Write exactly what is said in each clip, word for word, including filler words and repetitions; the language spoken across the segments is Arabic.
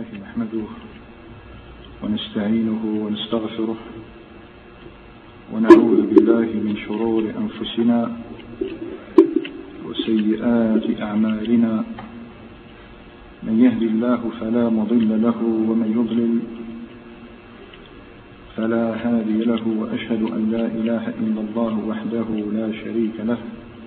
الله نحمده ونستعينه ونستغفره ونعوذ بالله من شرور أنفسنا وسيئات أعمالنا، من يهد الله فلا مضل له ومن يضلل فلا هادي له، وأشهد أن لا إله إلا الله وحده لا شريك له،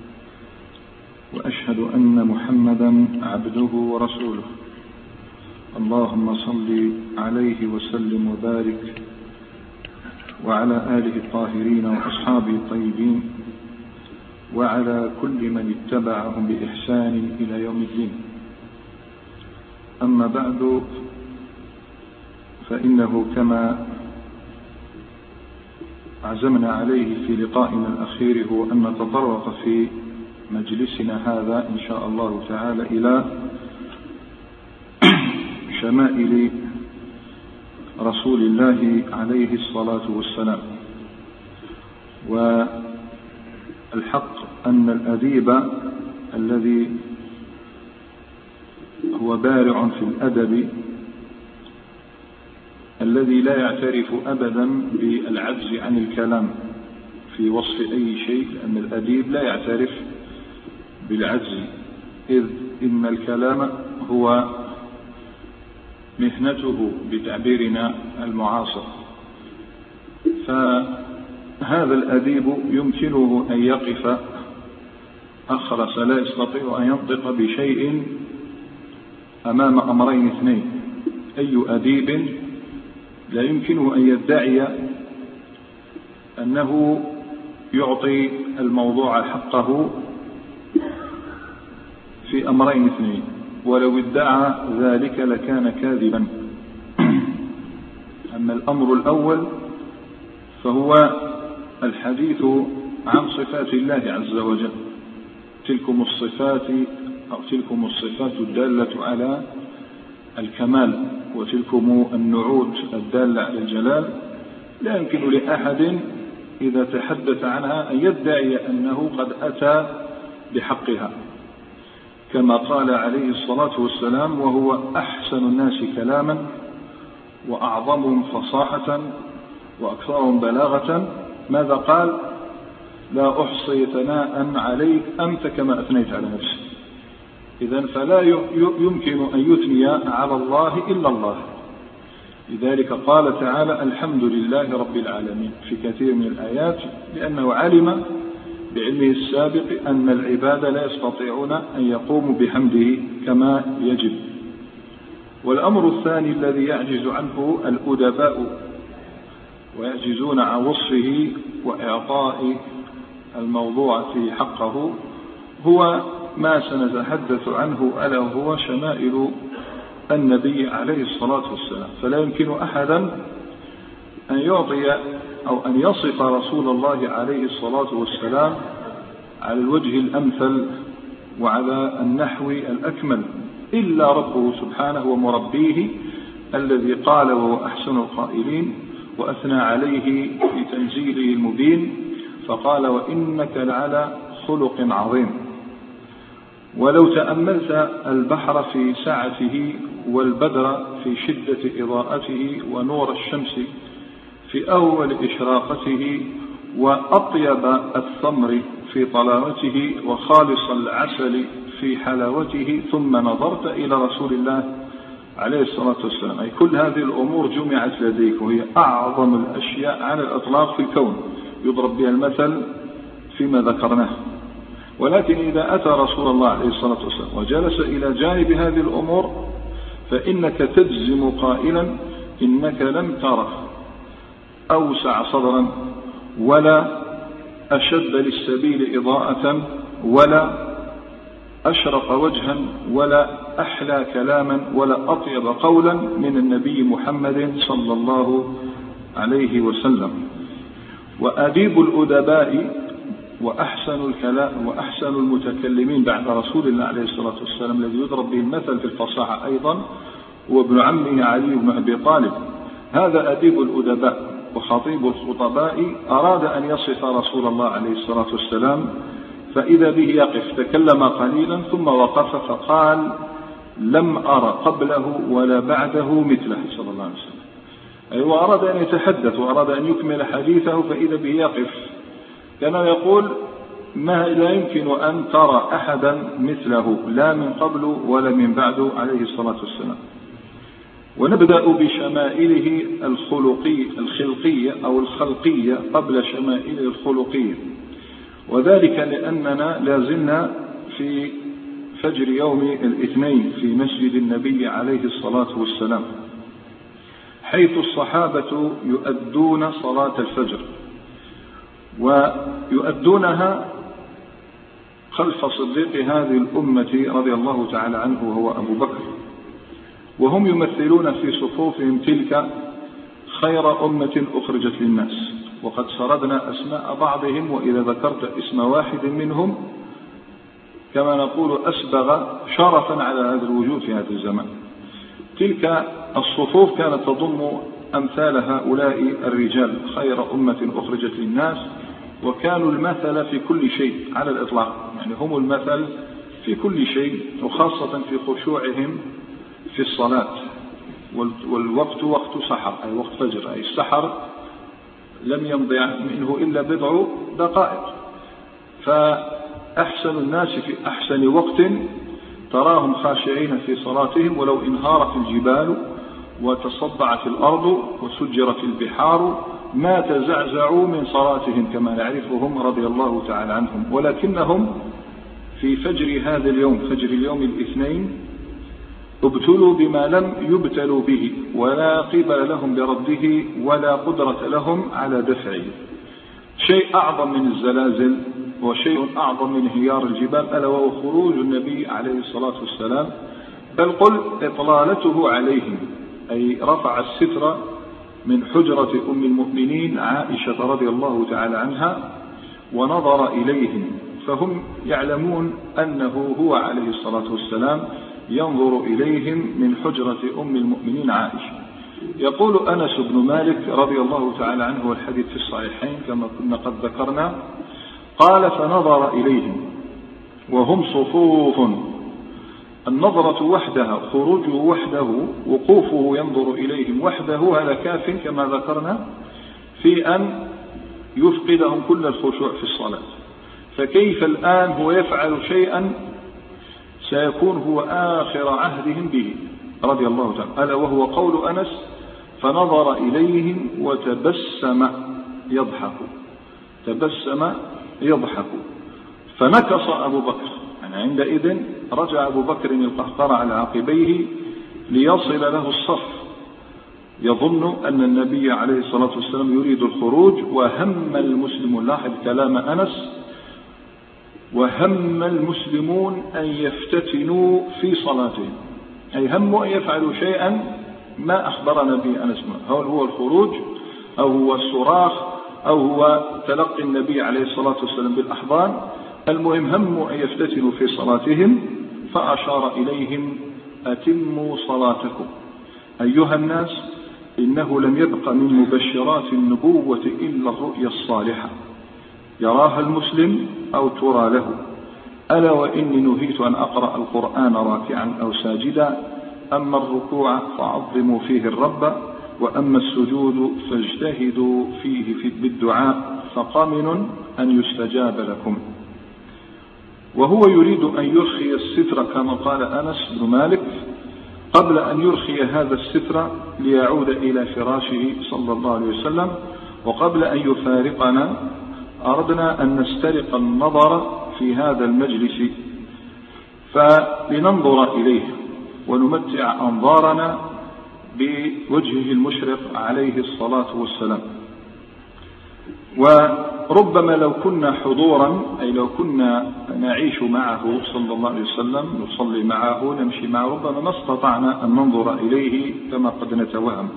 وأشهد أن محمدا عبده ورسوله. اللهم صل عليه وسلم وبارك وعلى آله الطاهرين وأصحابه الطيبين وعلى كل من اتبعهم بإحسان إلى يوم الدين. أما بعد، فإنه كما عزمنا عليه في لقائنا الأخير هو أن نتطرق في مجلسنا هذا إن شاء الله تعالى إلى شمائل رسول الله عليه الصلاة والسلام. والحق أن الأديب الذي هو بارع في الأدب، الذي لا يعترف أبدا بالعجز عن الكلام في وصف أي شيء، لأن الأديب لا يعترف بالعجز، إذ إن الكلام هو مهنته بتعبيرنا المعاصر. فهذا الأديب يمكنه أن يقف أخرس، لا يستطيع أن ينطق بشيء أمام أمرين اثنين. أي أديب لا يمكنه أن يدعي أنه يعطي الموضوع حقه في أمرين اثنين، ولو ادعى ذلك لكان كاذبا. أما الأمر الأول فهو الحديث عن صفات الله عز وجل، تلكم الصفات أو تلكم الصفات الدالة على الكمال، وتلكم النعوت الدالة على الجلال. لا يمكن لأحد إذا تحدث عنها أن يدعي أنه قد أتى بحقها، كما قال عليه الصلاة والسلام: وهو أحسن الناس كلاما وأعظمهم فصاحة وأكثرهم بلاغة. ماذا قال؟ لا أحصي ثناء عليك أنت كما أثنيت على نفسك. إذن فلا يمكن أن يثني على الله إلا الله. لذلك قال تعالى: الحمد لله رب العالمين في كثير من الآيات، لأنه علم بعلمه السابق أن العباد لا يستطيعون أن يقوموا بحمده كما يجب. والأمر الثاني الذي يعجز عنه الأدباء ويعجزون عن وصفه وإعطاء الموضوع في حقه هو ما سنتحدث عنه، ألا هو شمائل النبي عليه الصلاة والسلام. فلا يمكن أحدا أن يعطي أو أن يصف رسول الله عليه الصلاة والسلام على الوجه الأمثل وعلى النحو الأكمل إلا ربه سبحانه ومربيه، الذي قال وهو أحسن القائلين وأثنى عليه في تنزيله المبين، فقال: وإنك لعلى خلق عظيم. ولو تأملت البحر في سعته والبدر في شدة إضاءته ونور الشمس في أول إشراقته وأطيب الثمر في طلاوته وخالص العسل في حلاوته، ثم نظرت إلى رسول الله عليه الصلاة والسلام، أي كل هذه الأمور جمعت لديك، وهي أعظم الأشياء على الإطلاق في الكون، يضرب بها المثل فيما ذكرناه. ولكن إذا أتى رسول الله عليه الصلاة والسلام وجلس إلى جانب هذه الأمور فإنك تجزم قائلا: إنك لم تره أوسع صدرا ولا أشد للسبيل إضاءة ولا أشرق وجها ولا أحلى كلاما ولا أطيب قولا من النبي محمد صلى الله عليه وسلم. وأديب الأدباء وأحسن الكلام وأحسن المتكلمين بعد رسول الله عليه الصلاة والسلام الذي يضرب به المثل في الفصاحة أيضا هو ابن عمه علي بن أبي طالب. هذا أديب الأدباء وخطيب الخطباء، أراد أن يصف رسول الله عليه الصلاة والسلام فإذا به يقف، تكلم قليلا ثم وقف فقال: لم أرى قبله ولا بعده مثله صلى الله عليه وسلم. أي وأراد أن يتحدث وأراد أن يكمل حديثه فإذا به يقف، كان يقول ما لا يمكن أن ترى أحدا مثله لا من قبل ولا من بعد عليه الصلاة والسلام. ونبدأ بشمائله الخلقي الخلقية أو الخلقية قبل شمائله الخلقية، وذلك لأننا لازلنا في فجر يوم الاثنين في مسجد النبي عليه الصلاة والسلام، حيث الصحابة يؤدون صلاة الفجر ويؤدونها خلف صديق هذه الأمة رضي الله تعالى عنه وهو أبو بكر، وهم يمثلون في صفوفهم تلك خير أمة أخرجت للناس. وقد سردنا أسماء بعضهم، وإذا ذكرت اسم واحد منهم كما نقول أسبغ شرفا على هذا الوجود في هذا الزمان. تلك الصفوف كانت تضم أمثال هؤلاء الرجال خير أمة أخرجت للناس، وكانوا المثل في كل شيء على الإطلاق، يعني هم المثل في كل شيء، وخاصة في خشوعهم في الصلاة. والوقت وقت سحر أي وقت فجر، أي السحر لم يمضي منه إلا بضع دقائق، فأحسن الناس في أحسن وقت تراهم خاشعين في صلاتهم، ولو انهارت الجبال وتصدعت الأرض وسجرت البحار ما تزعزعوا من صلاتهم كما نعرفهم رضي الله تعالى عنهم. ولكنهم في فجر هذا اليوم، فجر اليوم الاثنين، ابتلوا بما لم يبتلوا به، ولا قبل لهم برده ولا قدرة لهم على دفعه. شيء أعظم من الزلازل وشيء أعظم من انهيار الجبال ألا وهو خروج النبي عليه الصلاة والسلام، بل قل إطلالته عليهم، أي رفع الستر من حجرة أم المؤمنين عائشة رضي الله تعالى عنها ونظر إليهم، فهم يعلمون أنه هو عليه الصلاة والسلام ينظر إليهم من حجرة أم المؤمنين عائشة. يقول أنس بن مالك رضي الله تعالى عنه، والحديث في الصحيحين كما كنا قد ذكرنا، قال فنظر إليهم وهم صفوف. النظرة وحدها، خروجه وحده، وقوفه ينظر إليهم وحده، هذا كاف كما ذكرنا في أن يفقدهم كل الخشوع في الصلاة. فكيف الآن هو يفعل شيئا سيكون هو آخر عهدهم به رضي الله تعالى، ألا وهو قول أنس فنظر إليهم وتبسم يضحك، تبسم يضحك. فنكص أبو بكر، يعني عندئذ رجع أبو بكر القهقرى على عقبيه ليصل له الصف، يظن أن النبي عليه الصلاة والسلام يريد الخروج. وهم المسلمون، لاحظ كلام أنس، وهم المسلمون أن يفتتنوا في صلاتهم، أي هموا أن يفعلوا شيئا ما أخبرنا به أنس، هل هو الخروج أو هو الصراخ أو هو تلقي النبي عليه الصلاة والسلام بالأحضان، المهم هموا أن يفتتنوا في صلاتهم. فأشار إليهم أتموا صلاتكم أيها الناس، إنه لم يبق من مبشرات النبوة إلا الرؤيا الصالحة يراها المسلم أو ترى له، ألا وإني نهيت أن أقرأ القرآن راكعا أو ساجدا، أما الركوع فعظموا فيه الرب، وأما السجود فاجتهدوا فيه في بالدعاء، فقامن أن يستجاب لكم. وهو يريد أن يرخي الستر كما قال أنس بن مالك قبل أن يرخي هذا الستر ليعود إلى فراشه صلى الله عليه وسلم. وقبل أن يفارقنا أردنا أن نسترق النظر في هذا المجلس فلننظر إليه ونمتع أنظارنا بوجهه المشرق عليه الصلاة والسلام. وربما لو كنا حضورا، أي لو كنا نعيش معه صلى الله عليه وسلم، نصلي معه، نمشي معه، ربما ما استطعنا أن ننظر إليه كما قد نتوهم.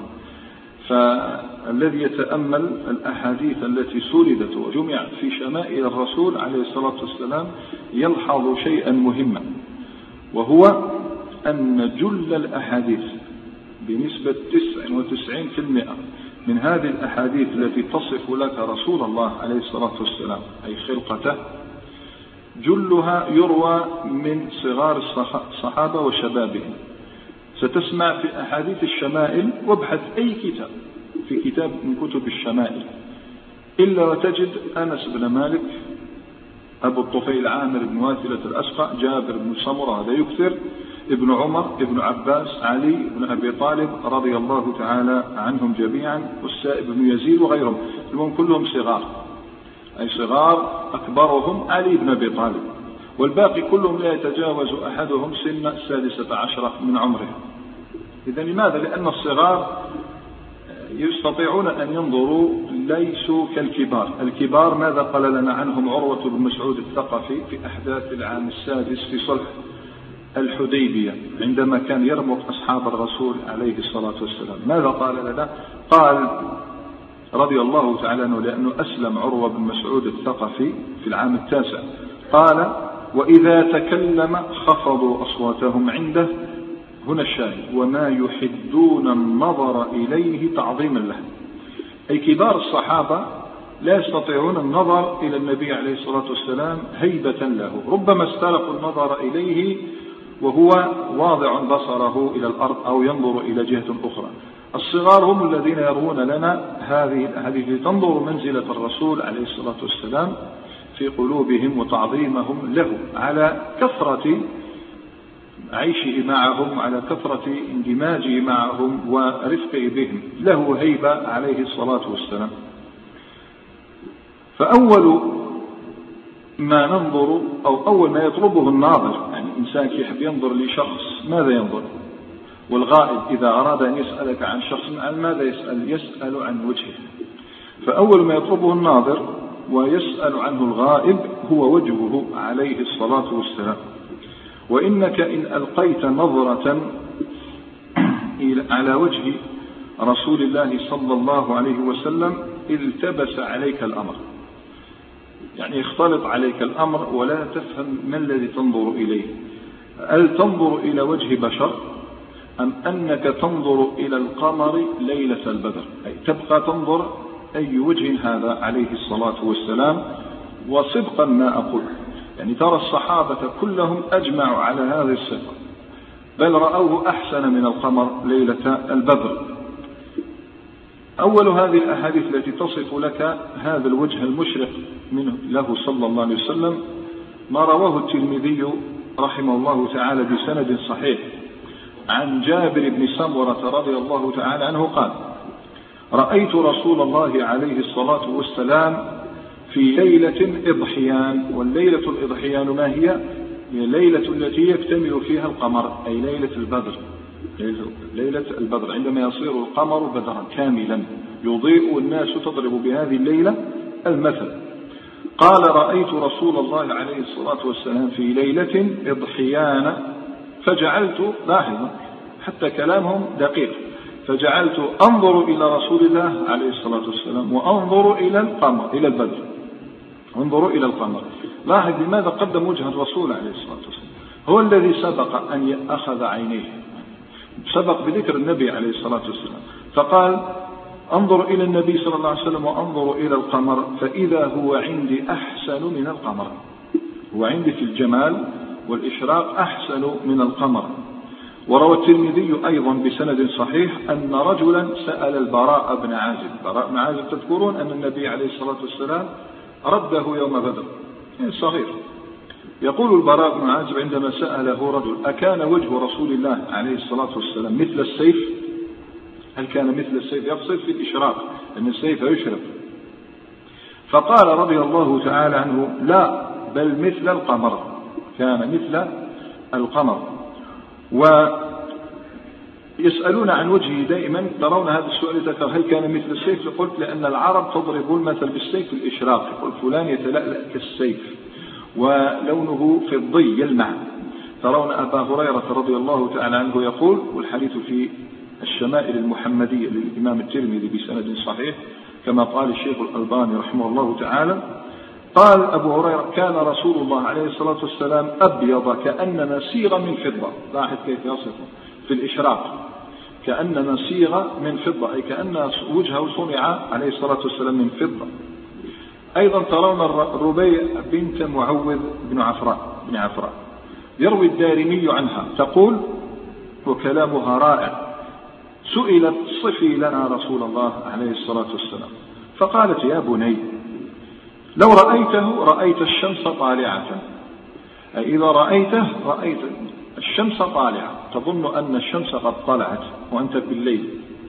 فالذي يتأمل الأحاديث التي سردت وجمعت في شمائل الرسول عليه الصلاة والسلام يلحظ شيئا مهما، وهو أن جل الأحاديث بنسبة تسعة وتسعين بالمئة من هذه الأحاديث التي تصف لك رسول الله عليه الصلاة والسلام، أي خلقته، جلها يروى من صغار الصحابة وشبابهم. ستسمع في أحاديث الشمائل، وابحث أي كتاب في كتاب من كتب الشمائل إلا وتجد أنس بن مالك، أبو الطفيل عامر بن واثلة الأسقع، جابر بن سمرة هذا يكثر، ابن عمر، ابن عباس، علي بن أبي طالب رضي الله تعالى عنهم جميعا، والسائب بن يزيد وغيرهم، المهم كلهم صغار، أي صغار أكبرهم علي بن أبي طالب، والباقي كلهم لا يتجاوز أحدهم سن السادسة عشرة من عمره. إذن لماذا؟ لأن الصغار يستطيعون أن ينظروا، ليسوا كالكبار. الكبار ماذا قال لنا عنهم عروة بن مسعود الثقفي في أحداث العام السادس في صلح الحديبية عندما كان يرمق أصحاب الرسول عليه الصلاة والسلام؟ ماذا قال لنا؟ قال رضي الله تعالى عنه، لأنه أسلم عروة بن مسعود الثقفي في العام التاسع، قال: وإذا تكلم خفضوا أصواتهم عنده، هنا الشاهد، وما يحدون النظر إليه تعظيما له. أي كبار الصحابة لا يستطيعون النظر إلى النبي عليه الصلاة والسلام هيبة له، ربما استرقوا النظر إليه وهو واضع بصره إلى الأرض أو ينظر إلى جهة أخرى. الصغار هم الذين يرون لنا هذه الأحاديث، تنظر منزلة الرسول عليه الصلاة والسلام في قلوبهم وتعظيمهم له، على كثرة عيشه معهم، على كثرة اندماجه معهم ورفقه بهم، له هيبة عليه الصلاة والسلام. فأول ما ننظر أو أول ما يطلبه الناظر، يعني إنسان يحب ينظر لشخص ماذا ينظر؟ والغائب إذا أراد أن يسألك عن شخص عن ماذا يسأل؟ يسأل عن وجهه. فأول ما يطلبه الناظر ويسأل عنه الغائب هو وجهه عليه الصلاة والسلام. وإنك إن ألقيت نظرة على وجه رسول الله صلى الله عليه وسلم التبس عليك الأمر، يعني اختلط عليك الأمر ولا تفهم ما الذي تنظر إليه. هل تنظر إلى وجه بشر أم أنك تنظر إلى القمر ليلة البدر؟ أي تبقى تنظر أي وجه هذا عليه الصلاة والسلام. وصدقا ما أقول، يعني ترى الصحابة كلهم أجمعوا على هذه الصفة، بل رأوه أحسن من القمر ليلة البدر. أول هذه الأحاديث التي تصف لك هذا الوجه المشرق منه له صلى الله عليه وسلم ما رواه الترمذي رحمه الله تعالى بسند صحيح عن جابر بن سمرة رضي الله تعالى عنه قال: رأيت رسول الله عليه الصلاة والسلام في ليلة إضحيان. والليلة الإضحيان ما هي؟ هي الليلة التي يكتمل فيها القمر، أي ليلة البدر. ليلة البدر عندما يصير القمر بدرا كاملا يضيء والناس تضرب بهذه الليلة المثل. قال: رأيت رسول الله عليه الصلاة والسلام في ليلة إضحيان فجعلت، لاحظا حتى كلامهم دقيق، فجعلت أنظر إلى رسول الله عليه الصلاة والسلام وأنظر إلى القمر، إلى البدر، انظروا إلى القمر. لاحظ لماذا قدم وجه الرسول عليه الصلاة والسلام، هو الذي سبق أن أخذ عينيه، سبق بذكر النبي عليه الصلاة والسلام، فقال: أنظر إلى النبي صلى الله عليه وسلم وأنظر إلى القمر فإذا هو عندي أحسن من القمر. هو عندي في الجمال والإشراق أحسن من القمر. وروى الترمذي أيضا بسند صحيح أن رجلا سأل البراء بن عازب. البراء بن عازب تذكرون أن النبي عليه الصلاة والسلام رده يوم بدر، يعني صغير. يقول البراء بن عازب عندما سأله رجل: أكان وجه رسول الله عليه الصلاة والسلام مثل السيف؟ هل كان مثل السيف؟ يقصد في الإشراق أن السيف يشرق. فقال رضي الله تعالى عنه: لا، بل مثل القمر، كان مثل القمر. ويسألون عن وجهه دائما، ترون هذا السؤال يتكرر: هل كان مثل السيف؟ قلت لأن العرب تضرب المثل بالسيف في الإشراق، يقول فلان يتلألأ كالسيف ولونه فضي يلمع. ترون أبا هريرة رضي الله تعالى عنه يقول، والحديث في الشمائل المحمدية للإمام الترمذي بسند صحيح كما قال الشيخ الألباني رحمه الله تعالى، قال أبو هريرة: كان رسول الله عليه الصلاة والسلام أبيض كأننا صيغ من فضة. لاحظ كيف يصفه في الإشراق، كأننا صيغ من فضة، أي كأن وجهه صنع عليه الصلاة والسلام من فضة. أيضا ترون الربيع بنت معوذ بن عفراء بن عفراء يروي الدارمي عنها تقول وكلامها رائع: سئلت صفي لنا رسول الله عليه الصلاة والسلام، فقالت: يا بني لو رأيته رأيت الشمس طالعة، أي إذا رأيته رأيت الشمس طالعة، تظن أن الشمس قد طلعت وأنت بالليل.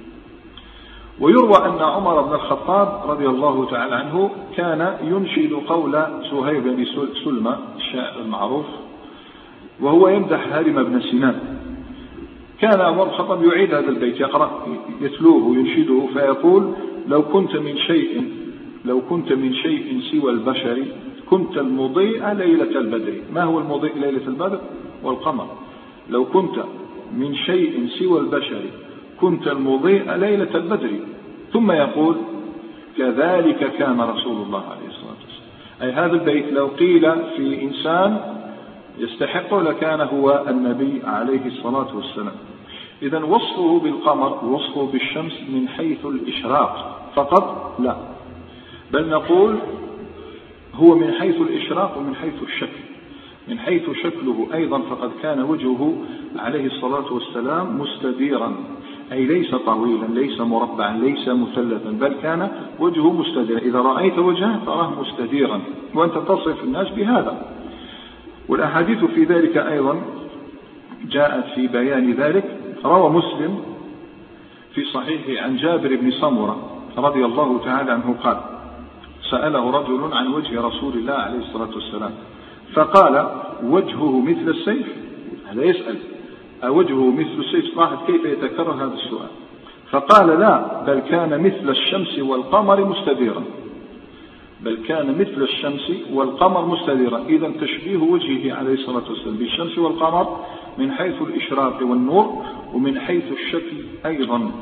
ويروى أن عمر بن الخطاب رضي الله تعالى عنه كان ينشد قول سهيب بن سلمى الشاعر المعروف وهو يمدح هارم بن سنان. كان عمر بن الخطاب يعيد هذا البيت، يقرأ يتلوه ينشده فيقول: لو كنت من شيء لو كنت من شيء سوى البشر كنت المضيء ليلة البدر. ما هو المضيء ليلة البدر؟ والقمر. لو كنت من شيء سوى البشر كنت المضيء ليلة البدر. ثم يقول: كذلك كان رسول الله عليه الصلاة والسلام. أي هذا البيت لو قيل في إنسان يستحق لكان هو النبي عليه الصلاة والسلام. إذن وصفه بالقمر وصفه بالشمس من حيث الإشراق فقط لا، بل نقول هو من حيث الإشراق ومن حيث الشكل. من حيث شكله أيضا فقد كان وجهه عليه الصلاة والسلام مستديرا، أي ليس طويلا ليس مربعا ليس مثلثا، بل كان وجهه مستديرا. إذا رأيت وجهه تراه مستديرا، وأنت تصف الناس بهذا. والأحاديث في ذلك أيضا جاءت في بيان ذلك. روى مسلم في صحيحه عن جابر بن سمرة رضي الله تعالى عنه قال: سأله رجل عن وجه رسول الله عليه الصلاة والسلام فقال: وجهه مثل السيف. هذا يسأل أوجهه مثل السيف؟ واحد كيف يتكرر هذا السؤال؟ فقال: لا، بل كان مثل الشمس والقمر مستديرا. بل كان مثل الشمس والقمر مستديرا. إذا تشبيه وجهه عليه الصلاة والسلام بالشمس والقمر من حيث الإشراق والنور ومن حيث الشكل أيضا.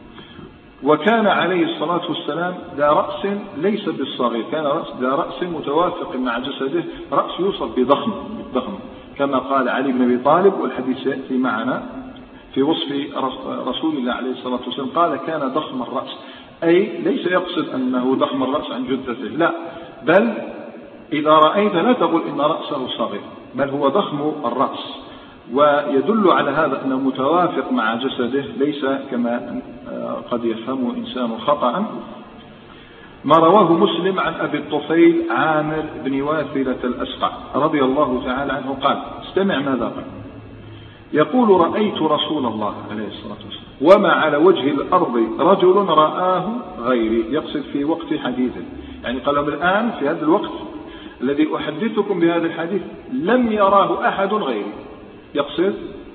وكان عليه الصلاة والسلام ذا رأس ليس بالصغير، كان رأس ذا رأس متوافق مع جسده، رأس يوصف بضخم بالضخم كما قال علي بن أبي طالب، والحديث يأتي معنا في وصف رسول الله عليه الصلاة والسلام. قال: كان ضخم الرأس، أي ليس يقصد أنه ضخم الرأس عن جثته، لا، بل إذا رأيت لا تقول إن رأسه صغير، بل هو ضخم الرأس. ويدل على هذا أنه متوافق مع جسده، ليس كما قد يفهمه إنسان خطأ. ما رواه مسلم عن أبي الطفيل عامر بن واثلة الأسقع رضي الله تعالى عنه قال: استمع ماذا قال. يقول: رأيت رسول الله عليه الصلاة والسلام وما على وجه الأرض رجل رآه غيري، يقصد في وقت حديثه، يعني قال لهم الآن في هذا الوقت الذي أحدثكم بهذا الحديث لم يراه أحد غيري، يقصد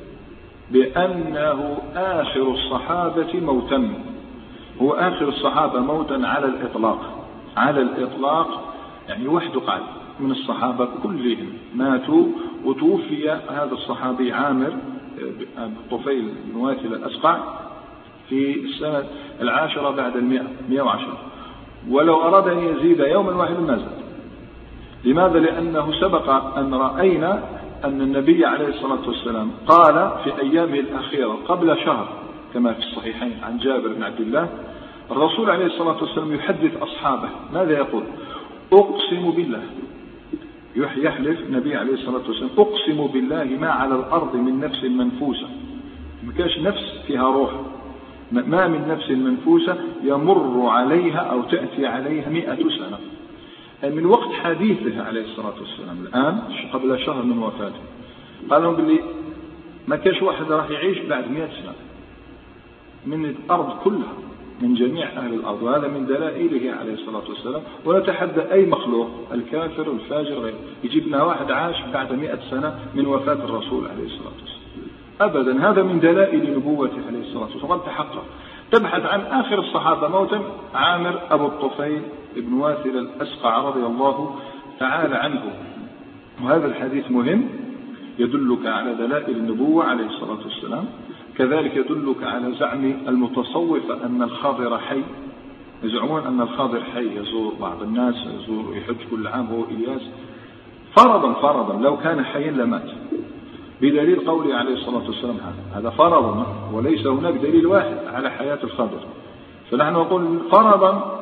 بأنه آخر الصحابة موتا، هو آخر الصحابة موتا على الإطلاق، على الإطلاق يعني وحده قال من الصحابة كلهم ماتوا. وتوفي هذا الصحابي عامر الطفيل بن واثلة الأسقع في السنة العاشرة بعد المئة مئة وعشرة، ولو أراد أن يزيد يوما واحدا ما زاد. لماذا؟ لأنه سبق أن رأينا أن النبي عليه الصلاة والسلام قال في أيامه الأخيرة قبل شهر كما في الصحيحين عن جابر بن عبد الله، الرسول عليه الصلاة والسلام يحدث أصحابه ماذا يقول؟ أقسم بالله، يحلف النبي عليه الصلاة والسلام: أقسم بالله ما على الأرض من نفس منفوسة، ما كاش نفس فيها روح، ما من نفس منفوسة يمر عليها أو تأتي عليها مئة سنة، من وقت حديثه عليه الصلاة والسلام الآن قبل شهر من وفاته. قال لهم باللي ما كاش واحد راح يعيش بعد مئة سنة من الأرض كلها، من جميع أهل الأرض، وهذا من دلائله عليه الصلاة والسلام. ولا تحدى أي مخلوق الكافر والفاجر غيره يجيب لنا واحد عاش بعد مئة سنة من وفاة الرسول عليه الصلاة والسلام أبدا. هذا من دلائل نبوته عليه الصلاة والسلام. وقد تحقق. تبحث عن آخر الصحابة موتا عامر أبو الطفيل ابن واثلة الأسقع رضي الله تعالى عنه. وهذا الحديث مهم يدلك على دلائل النبوة عليه الصلاة والسلام. كذلك يدلك على زعم المتصوفة أن الخضر حي، يزعمون أن الخضر حي يزور بعض الناس، يزور يحج كل عام هو إلياس. فرضا فرضا لو كان حيا لمات، بدليل قوله عليه الصلاة والسلام هذا هذا فرضا، وليس هناك دليل واحد على حياة الخضر. فنحن نقول فرضا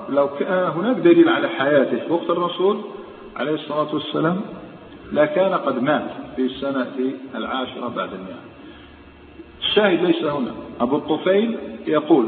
لو كان هناك دليل على حياته وقت الرسول عليه الصلاة والسلام لكان قد مات في السنة العاشرة بعد المئة. الشاهد ليس هنا. أبو الطفيل يقول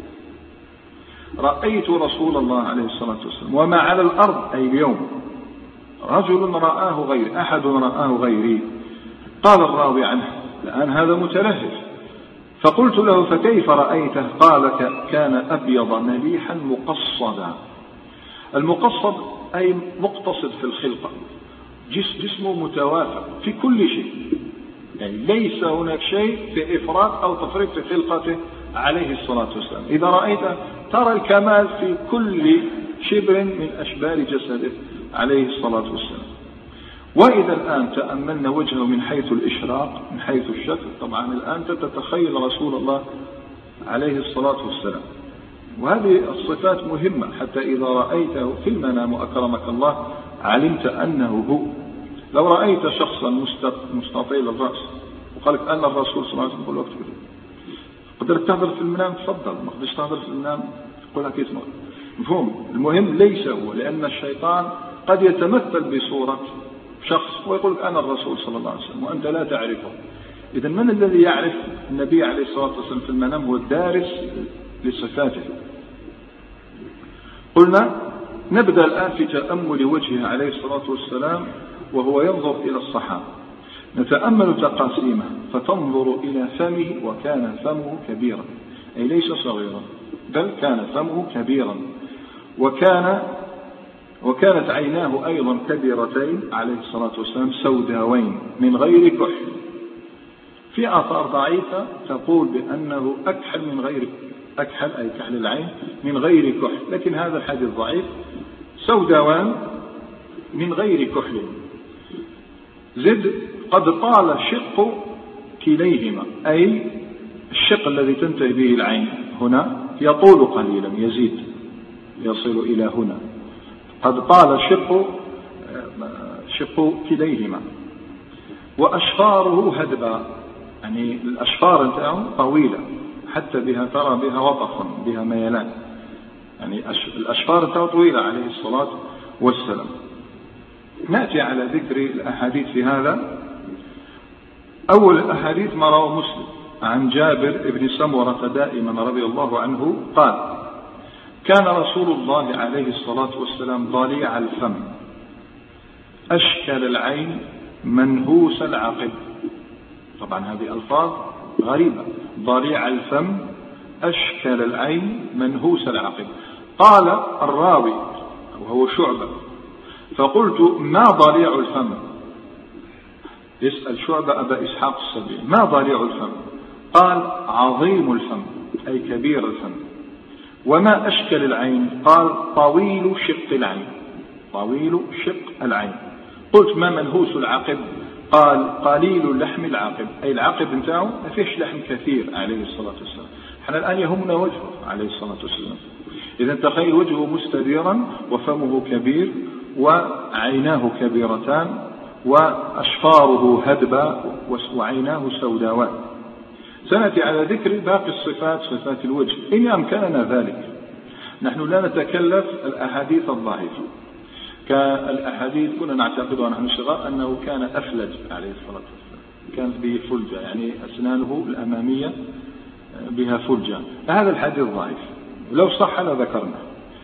رأيت رسول الله عليه الصلاة والسلام وما على الأرض أي اليوم رجل رآه غيري، أحد رآه غيري. قال الراوي عنه الآن هذا متلهف، فقلت له فكيف رأيته؟ قال كان أبيض مليحا مقصدا. المقصد أي مقتصد في الخلقة، جسمه متوافق في كل شيء، يعني ليس هناك شيء في إفراط أو تفريط في خلقته عليه الصلاة والسلام. إذا رأيته ترى الكمال في كل شبر من أشبار جسده عليه الصلاة والسلام. وإذا الآن تأملنا وجهه من حيث الإشراق من حيث الشكل، طبعا الآن تتخيل رسول الله عليه الصلاة والسلام. وهذه الصفات مهمة حتى إذا رأيته في المنام أكرمك الله علمت أنه هو. لو رأيت شخصا مستطيل الرأس وقالك أن الرسول صلى الله عليه وسلم يقول وقت كده قدرت تهضر في المنام تفضل، ما قدرت تهضر في المنام تقول لك اسمه مفهوم. المهم ليس هو، لأن الشيطان قد يتمثل بصورة شخص ويقول أنا الرسول صلى الله عليه وسلم وأنت لا تعرفه. إذا من الذي يعرف النبي عليه الصلاة والسلام في المنام؟ هو الدارس لصفاته. قلنا نبدأ الآن في تأمل وجهه عليه الصلاة والسلام وهو ينظر إلى الصحابة. نتأمل تقاسيمه فتنظر إلى فمه وكان فمه كبيرا، أي ليس صغيرا بل كان فمه كبيرا، وكان وكانت عيناه أيضا كبيرتين عليه الصلاة والسلام سوداوين من غير كحل. في آثار ضعيفة تقول بأنه أكحل من غير أكحل أي كحل العين من غير كحل، لكن هذا الحديث ضعيف. سوداوان من غير كحل. زد قد طال شق كليهما، أي الشق الذي تنتهي به العين هنا يطول قليلا يزيد يصل إلى هنا. قد طال شق شق كليهما. وأشفاره هدبا، يعني الأشفار انتهى طويلة حتى بها ترى بها وطف بها ميلان، يعني الأشفار انتهى طويلة عليه الصلاة والسلام. نأتي على ذكر الأحاديث في هذا. أول الأحاديث ما رواه مسلم عن جابر بن سمرة دائما رضي الله عنه قال كان رسول الله عليه الصلاة والسلام ضليع الفم أشكل العين منهوس العقب. طبعا هذه ألفاظ غريبة. ضليع الفم أشكل العين منهوس العقب. قال الراوي وهو شعبة فقلت ما ضليع الفم؟ يسأل شعبة أبا إسحاق السبيعي ما ضليع الفم؟ قال عظيم الفم أي كبير الفم. وما أشكل العين؟ قال طويل شق العين طويل شق العين. قلت ما منهوس العقب؟ قال قليل لحم العقب أي العقب انتهى ما فيش لحم كثير عليه الصلاة والسلام. احنا الآن يهمنا وجهه عليه الصلاة والسلام. إذا تخيل وجهه مستديرا وفمه كبير وعيناه كبيرتان وأشفاره هدبا وعيناه سوداوان. سنأتي على ذكر باقي الصفات صفات الوجه إن أمكننا ذلك. نحن لا نتكلف الأحاديث الضعيفة كالأحاديث كنا نعتقدها نحن صغار أنه كان أفلج عليه الصلاة والسلام، كانت به فلجة يعني أسنانه الأمامية بها فلجة. هذا الحديث ضعيف، لو صح لذكرنا.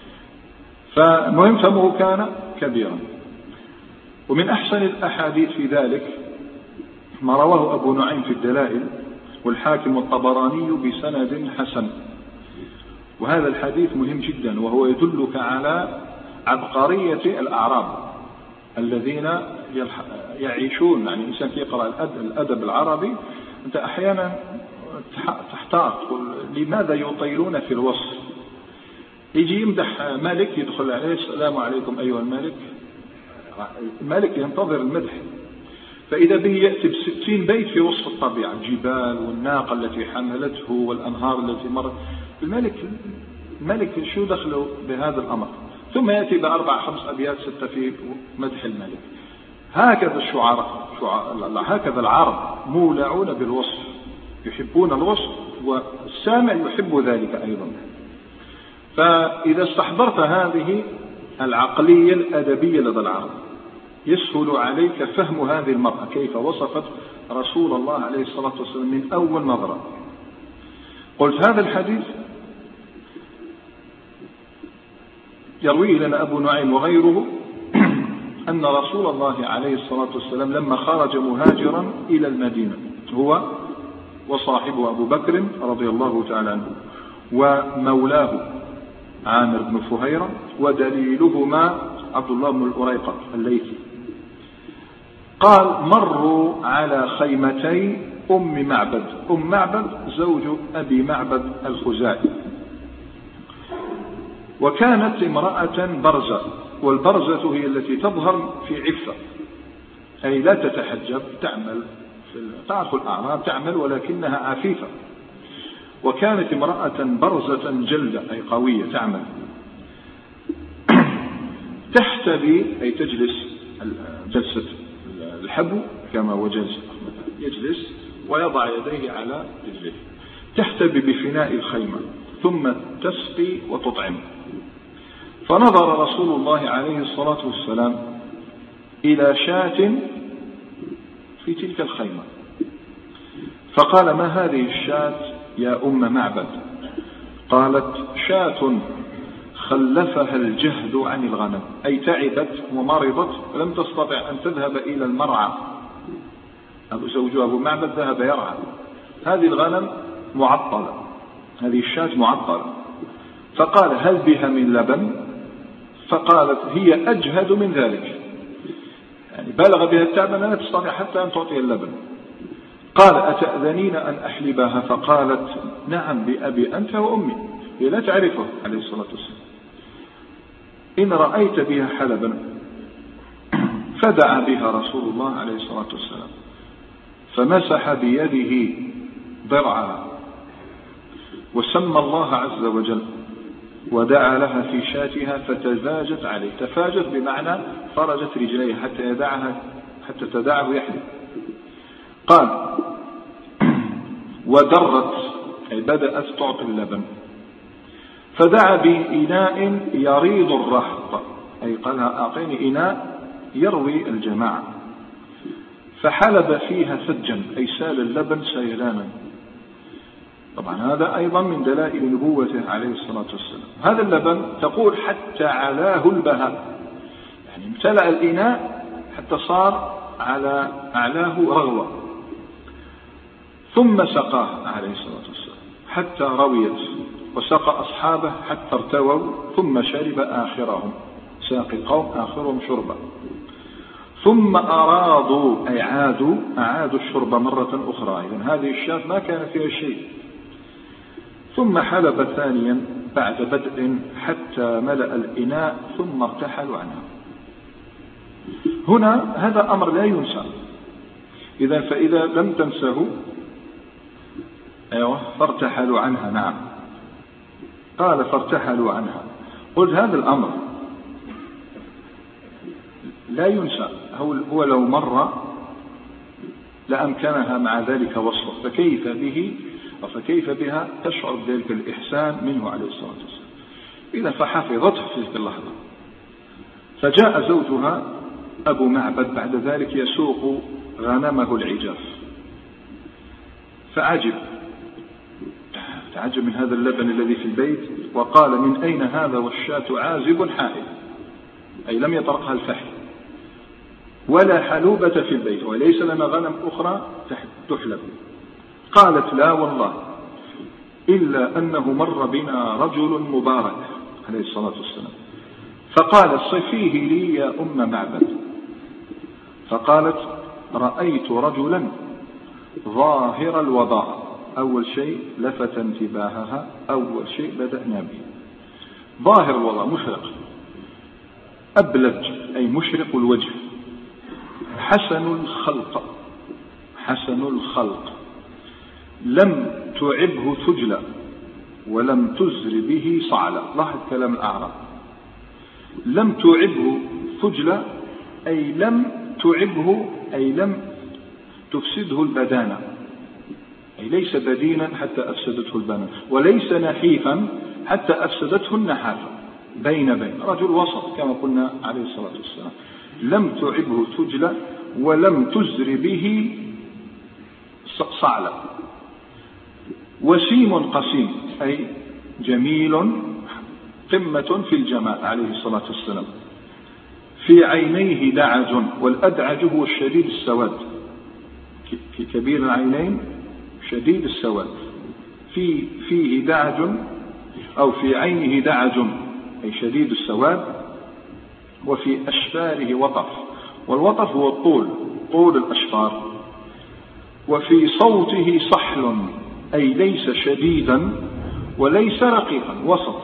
فمهم فمه كان كبيرا. ومن أحسن الأحاديث في ذلك ما رواه أبو نعيم في الدلائل والحاكم والطبراني بسند حسن. وهذا الحديث مهم جدا وهو يدلك على عبقرية الأعراب الذين يعيشون، يعني إنسان يقرأ الأدب العربي أنت أحيانا تحتار تقول لماذا يطيلون في الوصف. يجي يمدح مالك يدخل عليه السلام عليكم أيها الملك، الملك ينتظر المدح، فإذا به يأتي بستين بيت في وصف الطبيعة الجبال والناقة التي حملته والأنهار التي مرت. الملك الملك شو دخله بهذا الأمر؟ ثم يأتي بأربع خمس أبيات ستة في مدح الملك. هكذا الشعراء هكذا العرب مولعون بالوصف، يحبون الوصف والسامع يحب ذلك أيضا. فإذا استحضرت هذه العقلية الأدبية لدى العرب يسهل عليك فهم هذه المرأة كيف وصفت رسول الله عليه الصلاة والسلام من أول نظرة. قلت هذا الحديث يرويه لنا أبو نعيم وغيره أن رسول الله عليه الصلاة والسلام لما خرج مهاجرا إلى المدينة هو وصاحبه أبو بكر رضي الله تعالى عنه ومولاه عامر بن فهيرة ودليلهما عبد الله بن الأريقط الليثي، قال مروا على خيمتي أم معبد. أم معبد زوج أبي معبد الخزاعي، وكانت امرأة برزة، والبرزة هي التي تظهر في عفة أي لا تتحجب، تعمل تعرف الأعراب تعمل ولكنها عفيفة، وكانت امرأة برزة جلدة أي قوية تعمل. تحتبي أي تجلس جلسة الحبو كما هو جالس يجلس ويضع يديه على رجليه، تحتبي بفناء الخيمة ثم تسقي وتطعم. فنظر رسول الله عليه الصلاة والسلام إلى شاة في تلك الخيمة فقال ما هذه الشاة يا أم معبد؟ قالت شاة خلفها الجهد عن الغنم، أي تعبت ومرضت لم تستطع أن تذهب إلى المرعى. أبو زوج أبو معبد ذهب يرعى، هذه الغنم معطلة، هذه الشاة معطلة، فقال هل بها من لبن؟ فقالت هي أجهد من ذلك، يعني بلغ بها التعب لا تستطيع حتى أن تعطي اللبن. قال أتأذنين أن أحلبها؟ فقالت نعم بأبي أنت وأمي، هي لا تعرفه عليه الصلاة والسلام، إن رأيت بها حلبا. فدعا بها رسول الله عليه الصلاة والسلام فمسح بيده ضرعها وسمى الله عز وجل ودعا لها في شاتها فتزاجت عليه. تفاجت بمعنى فرجت رجليها حتى يدعها حتى تدعه يحلب. قال ودرت أي بدأت تعطي اللبن، فدعا بإناء يريض الرهط، أي قالها أعطيني إناء يروي الجماعة، فحلب فيها ثجا أي سال اللبن سيلانا. طبعا هذا أيضا من دلائل نبوته عليه الصلاة والسلام. هذا اللبن تقول حتى علاه البهاء، يعني امتلأ الإناء حتى صار على أعلاه رغوة، ثم سقاه عليه الصلاة والسلام حتى رويت، وسقى أصحابه حتى ارتووا، ثم شرب آخرهم، ساقي القوم آخرهم شربا، ثم أرادوا أي عادوا أعادوا الشرب مرة أخرى. إذن هذه الشاة ما كان فيها شيء، ثم حلب ثانيا بعد بدء حتى ملأ الإناء ثم ارتحلوا عنها. هنا هذا أمر لا ينسى. إذا فإذا لم تنسه أيوة فارتحلوا عنها. نعم قال فارتحلوا عنها. قلت هذا الأمر لا ينسى، هو لو مر لأمكنها مع ذلك وصفه، فكيف به فكيف بها تشعر بذلك الإحسان منه عليه الصلاة والسلام. إذا فحفظته في تلك اللحظة. فجاء زوجها أبو معبد بعد ذلك يسوق غنمه العجاف، فعجب تعجب من هذا اللبن الذي في البيت، وقال من أين هذا والشاة عازب حائل، أي لم يطرقها الفحل ولا حلوبة في البيت وليس لنا غنم أخرى تحلب. قالت لا والله إلا أنه مر بنا رجل مبارك عليه الصلاة والسلام، فقال صفيه لي يا أم معبد. فقالت رأيت رجلا ظاهر الوضاء، أول شيء لفت انتباهها، أول شيء بدأنا به ظاهر الوضاء، مشرق، أبلج أي مشرق الوجه، حسن الخلق، حسن الخلق، لم تعبه ثجلا ولم تزر به صعلا. لاحظ كلام الأعراب، لم تعبه ثجلا أي لم تعبه أي لم تفسده البدانة، أي ليس بدينا حتى أفسدته البدانة، وليس نحيفا حتى أفسدته النحافة بين بين رجل وسط كما قلنا عليه الصلاة والسلام، لم تعبه تجلى ولم تزر به صعلة. وسيم قسيم أي جميل قمة في الجمال عليه الصلاة والسلام. في عينيه دعج، والأدعج هو الشديد السواد، في كبير العينين شديد السواد. في فيه دعج أو في عينه دعج أي شديد السواد. وفي أشفاره وطف، والوطف هو الطول، طول الأشفار. وفي صوته صحل أي ليس شديدا وليس رقيقا، وسط.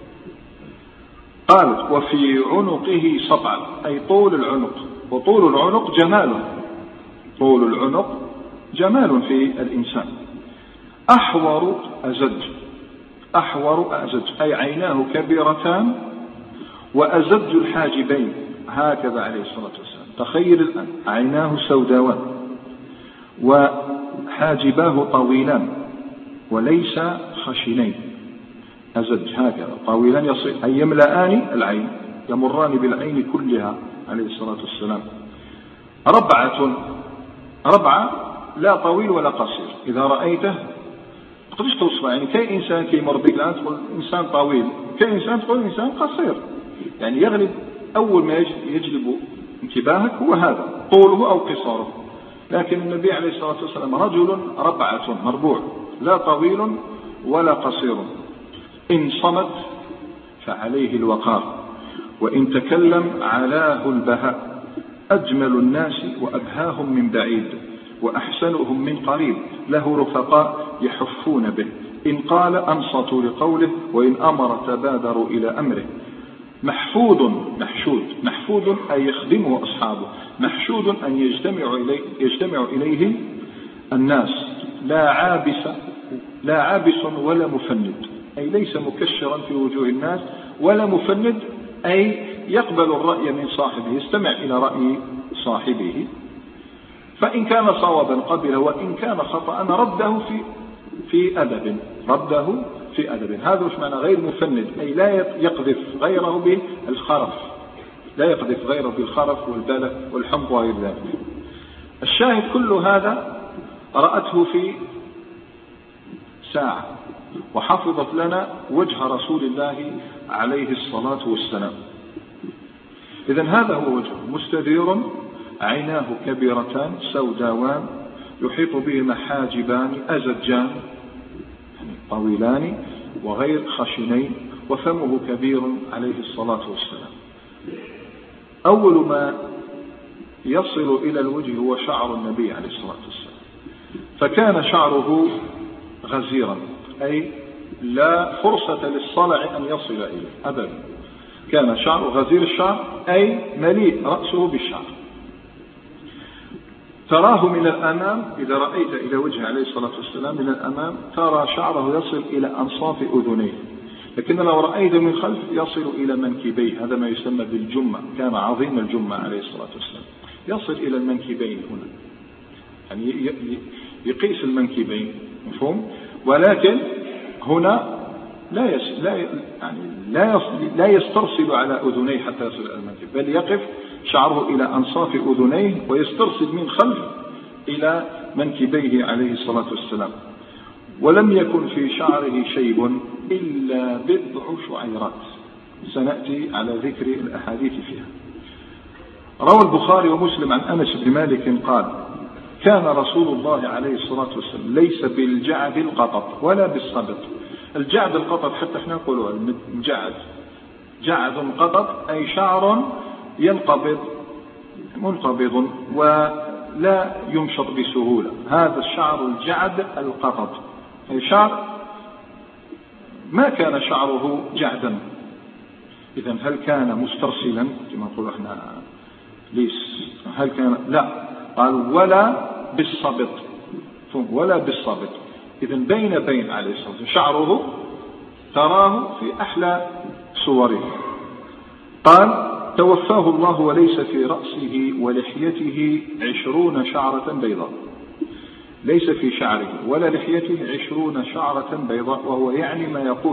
قالت وفي عنقه صبع أي طول العنق، وطول العنق جمال، طول العنق جمال في الإنسان. أحور أزج، أحور أزج أي عيناه كبيرتان وأزج الحاجبين، هكذا عليه الصلاة والسلام. تخيل الآن عيناه سوداوان وحاجباه طويلان وليس خشنين، أزج هكذا طويلان يصير أي يملأان العين، يمران بالعين كلها عليه الصلاة والسلام. ربعة، ربعة لا طويل ولا قصير، إذا رأيته تقدرش توصفه. يعني كاين إنسان كيمر بك الآن تقول إنسان طويل، كاين إنسان تقول إنسان قصير. يعني يغلب أول ما يجلب انتباهك هو هذا طوله أو قصاره. لكن النبي عليه الصلاة والسلام رجل ربعة مربوع، لا طويل ولا قصير. إن صمت فعليه الوقار، وإن تكلم علاه البهاء. أجمل الناس وأبهاهم من بعيد، وأحسنهم من قريب. له رفقاء يحفون به، إن قال أنصتوا لقوله، وإن أمر تبادروا إلى أمره. محفوظ محشود، محفوظ أي يخدمه أصحابه، محشود أن يجتمع إليه, يجتمع إليه الناس. لا عابس، لا عابس ولا مفند أي ليس مكشرا في وجوه الناس، ولا مفند أي يقبل الرأي من صاحبه، يستمع إلى رأي صاحبه. فإن كان صوابا قبله، وإن كان خطأ رده في في أدب، رده في أدب. هذا وش معنى غير مفند؟ أي لا يقذف غيره بالخرف، لا يقذف غيره بالخرف والبلة والحمق وغير ذلك. الشاهد كل هذا رأته في ساعة، وحفظت لنا وجه رسول الله عليه الصلاة والسلام. إذن هذا هو وجهه، مستدير، عيناه كبيرتان سوداوان، يحيط بهما حاجبان أزجان يعني طويلان وغير خشنين، وفمه كبير عليه الصلاة والسلام. أول ما يصل إلى الوجه هو شعر النبي عليه الصلاة والسلام، فكان شعره غزيرا أي لا فرصة للصلع أن يصل إليه أبدا. كان شعره غزير الشعر أي مليء رأسه بالشعر. تراه من الأمام، إذا رأيت إلى وجه عليه الصلاة والسلام من الأمام ترى شعره يصل إلى أنصاف أذنيه، لكن لو رأيت من خلف يصل إلى منكبيه، هذا ما يسمى بالجمة. كان عظيم الجمة عليه الصلاة والسلام، يصل إلى المنكبين هنا، يعني يقيس المنكبين، مفهوم؟ ولكن هنا لا يس لا يعني لا لا يسترسل على أذنيه حتى يصل إلى المنكب، بل يقف شعره إلى أنصاف أذنيه ويسترسل من خلف إلى منكبيه عليه الصلاة والسلام. ولم يكن في شعره شيب إلا بضع شعيرات، سنأتي على ذكر الأحاديث فيها. روى البخاري ومسلم عن أنس بن مالك قال: كان رسول الله عليه الصلاة والسلام ليس بالجعد القطط ولا بالصبط. الجعد القطط حتى احنا نقولوا الجعد، جعد قطط أي شعر ينقبض منقبض ولا يمشط بسهولة. هذا الشعر الجعد القطط أي شعر ما كان شعره جعدا. إذن هل كان مسترسلا كما نقول احنا ليس؟ هل كان؟ لا، قال ولا بالصبط، ولا بالصبط. إذن بين بين عليه الصلاة والسلام، شعره تراه في أحلى صوره. قال: توفاه الله وليس في رأسه ولحيته عشرون شعرة بيضاء. ليس في شعره ولا لحيته عشرون شعرة بيضاء، وهو يعني ما يقول،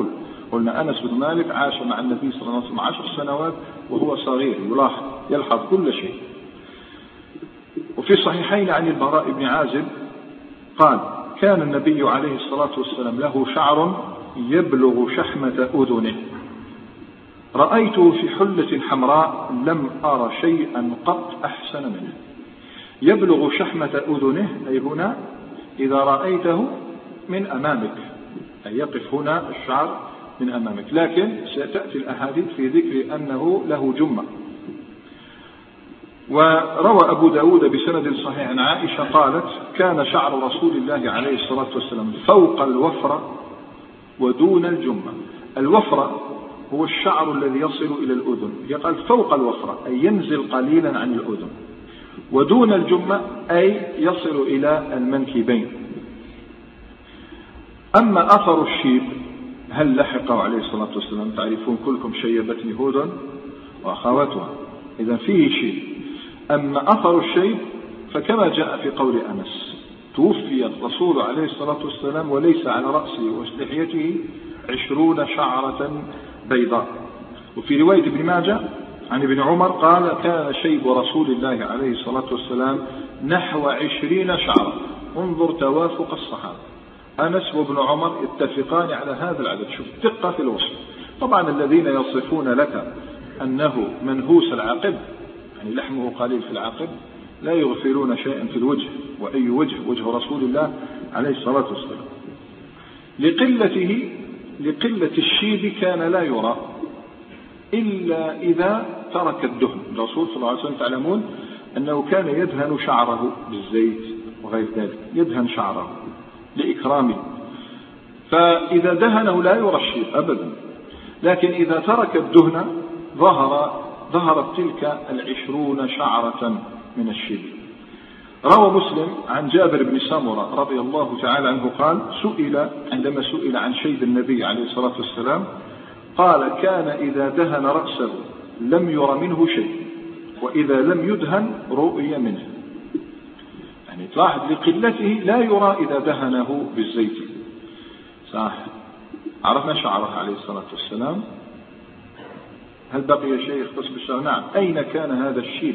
قلنا أنس بن مالك عاش مع النبي صلى الله عليه وسلم عشر سنوات وهو صغير يلاحظ يلحظ كل شيء. وفي الصحيحين عن البراء بن عازب قال كان النبي عليه الصلاة والسلام له شعر يبلغ شحمة أذنه، رأيته في حلة حمراء لم أرى شيئا قط أحسن منه. يبلغ شحمة أذنه أي هنا إذا رأيته من أمامك، أي يقف هنا الشعر من أمامك، لكن ستأتي الأحاديث في ذكر أنه له جمة. وروى أبو داود بسند صحيح عن عائشة قالت كان شعر رسول الله عليه الصلاة والسلام فوق الوفرة ودون الجمة. الوفرة هو الشعر الذي يصل إلى الأذن، يقال فوق الوفرة أي ينزل قليلا عن الأذن، ودون الجمة أي يصل إلى المنكبين. أما أثر الشيب هل لحقه عليه الصلاة والسلام؟ تعرفون كلكم شيبتني هود وأخواتها، إذا فيه شيب. أما أثر الشيب فكما جاء في قول أنس توفي الرسول عليه الصلاة والسلام وليس على رأسه ولحيته عشرون شعرة بيضاء. وفي رواية ابن ماجه عن ابن عمر قال كان شيب رسول الله عليه الصلاة والسلام نحو عشرين شعرة. انظر توافق الصحابة، أنس وابن عمر يتفقان على هذا العدد. شوف دقة في الوصف. طبعا الذين يصفون لك أنه منهوس العقب يعني لحمه قليل في العقب لا يغفلون شيئا في الوجه، وأي وجه وجه رسول الله عليه الصلاة والسلام. لقلته لقلة الشيب كان لا يرى إلا إذا ترك الدهن. الرسول صلى الله عليه وسلم تعلمون أنه كان يدهن شعره بالزيت وغير ذلك، يدهن شعره لإكرامه، فإذا دهنه لا يرى الشيب أبدا، لكن إذا ترك الدهن ظهر ظهرت تلك العشرون شعرة من الشيب. روى مسلم عن جابر بن سمرة رضي الله تعالى عنه قال سئل عندما سئل عن شيب النبي عليه الصلاة والسلام قال كان إذا دهن رأسه لم ير منه شيء، وإذا لم يدهن رؤي منه. يعني تلاحظ لقلته لا يرى إذا دهنه بالزيت. صح، عرفنا شعره عليه الصلاة والسلام. هل بقي شيء يختص بالشعر؟ نعم. أين كان هذا الشيب؟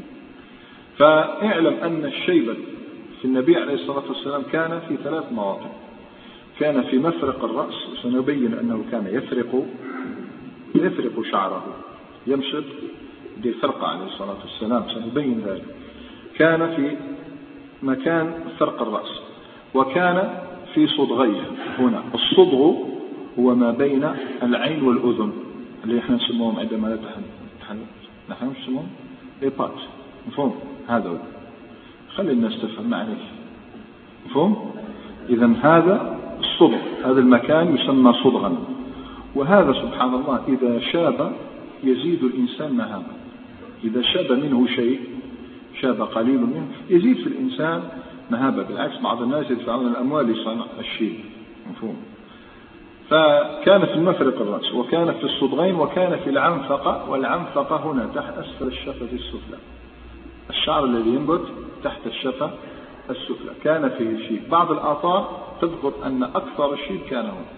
فاعلم أن الشيبة في النبي عليه الصلاة والسلام كان في ثلاث مواطن. كان في مفرق الرأس، وسنبين أنه كان يفرق يفرق شعره، يمشط دي فرقة عليه الصلاة والسلام، سنبين ذلك. كان في مكان فرق الرأس، وكان في صدغيه هنا. الصدغ هو ما بين العين والأذن اللي احنا نسموهم عندما نتحدث نحن نسموهم إيبات. مفهوم؟ هذا هو. خلي الناس تفهم معليش. مفهوم؟ إذا هذا الصدغ، هذا المكان يسمى صدغا. وهذا سبحان الله إذا شاب يزيد الإنسان مهابة. إذا شاب منه شيء، شاب قليل منه، يزيد في الإنسان مهابة. بالعكس بعض الناس يدفعون الأموال لصنع الشيء. مفهوم؟ فكان في المفرق الرأس، وكان في الصدغين، وكان في العنفقة. والعنفقة هنا تحت أسفل الشفة السفلى، الشعر الذي ينبت تحت الشفة السفلى كان فيه شيء. بعض الآثار تذكر أن أكثر الشيء كان هنا.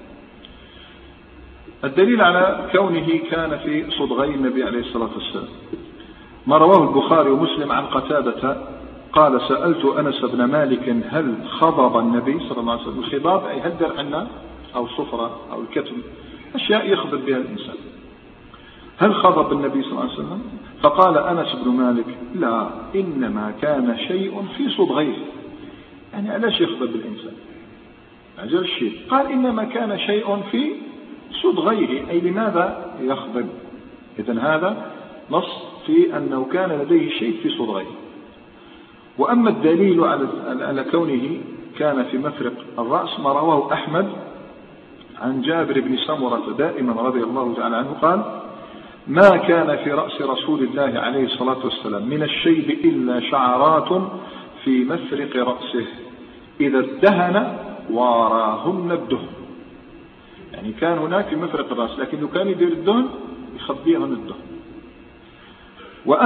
الدليل على كونه كان في صدغي النبي عليه الصلاة والسلام ما رواه البخاري ومسلم عن قتادة قال سألت أنس بن مالك هل خضب النبي صلى الله عليه وسلم. الخضاب أي هل درعنا أو صفرة أو الكتم، أشياء يخضب بها الإنسان. هل خضب النبي صلى الله عليه وسلم؟ فقال أنس بن مالك لا، إنما كان شيء في صدغيه. يعني علاش يخضب الإنسان؟ عجل الشيء. قال إنما كان شيء في صدغيه، أي لماذا يخضب؟ إذن هذا نص في أنه كان لديه شيء في صدغيه. وأما الدليل على كونه كان في مفرق الرأس ما رواه أحمد عن جابر بن سمرة دائما رضي الله تعالى عنه قال ما كان في رأس رسول الله عليه الصلاة والسلام من الشيب إلا شعرات في مفرق رأسه إذا ادهن واراهن الدهن. يعني كان هناك في مفرق الرأس، لكن لو كان يدير الدهن يخبيهن الدهن.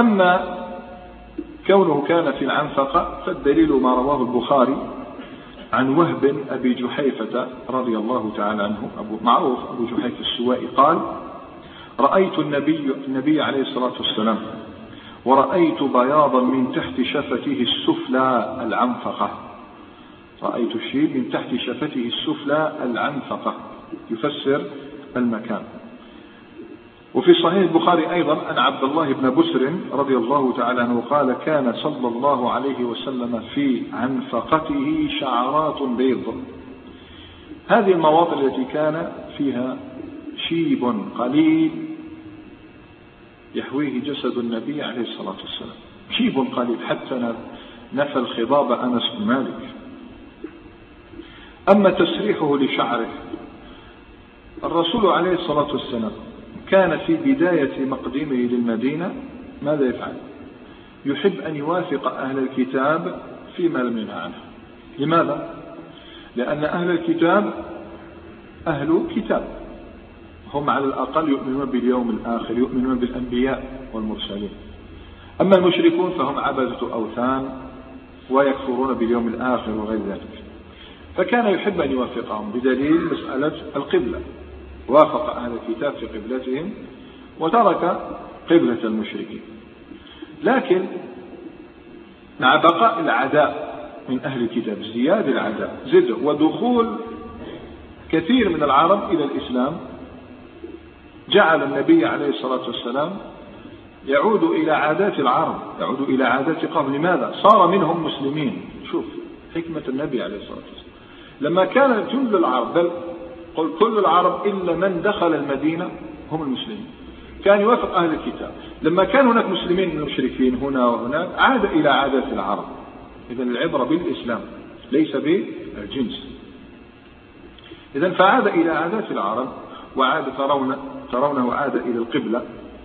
وأما كونه كان في العنفقة فالدليل ما رواه البخاري عن وهب أبي جحيفة رضي الله تعالى عنه، أبو معروف أبو جحيفة السوائي، قال: رأيت النبي, النبي عليه الصلاة والسلام ورأيت بياضا من تحت شفته السفلى العنفقة. رأيت الشيء من تحت شفته السفلى العنفقة، يفسر المكان. وفي صحيح البخاري أيضا أن عبد الله بن بسر رضي الله تعالى عنه قال: كان صلى الله عليه وسلم في عنفقته شعرات بيض. هذه المواطن التي كان فيها شيب قليل يحويه جسد النبي عليه الصلاة والسلام، شيب قليل حتى نفى الخضاب أنس بن مالك. أما تسريحه لشعره، الرسول عليه الصلاة والسلام كان في بداية مقدمه للمدينة ماذا يفعل؟ يحب أن يوافق أهل الكتاب فيما لم ينهى عنه. لماذا؟ لأن أهل الكتاب أهل كتاب، هم على الأقل يؤمنون باليوم الآخر، يؤمنون بالأنبياء والمرسلين. أما المشركون فهم عبدة أوثان ويكفرون باليوم الآخر وغير ذلك. فكان يحب أن يوافقهم بدليل مسألة القبلة، وافق أهل الكتاب في قبلتهم وترك قبلة المشركين. لكن مع بقاء العداء من أهل الكتاب، ازدياد العداء، زد ودخول كثير من العرب إلى الإسلام، جعل النبي عليه الصلاة والسلام يعود إلى عادات العرب، يعود إلى عادات قوم. لماذا؟ صار منهم مسلمين. شوف حكمة النبي عليه الصلاة والسلام، لما كان جل العرب، بل قل كل العرب إلا من دخل المدينة هم المسلمين، كان يوافق أهل الكتاب. لما كان هناك مسلمين من المشركين هنا وهناك، عاد إلى عادات العرب. إذن العبرة بالإسلام ليس بالجنس. إذن فعاد إلى عادات العرب، وعاد ترون ترونه عاد إلى القبلة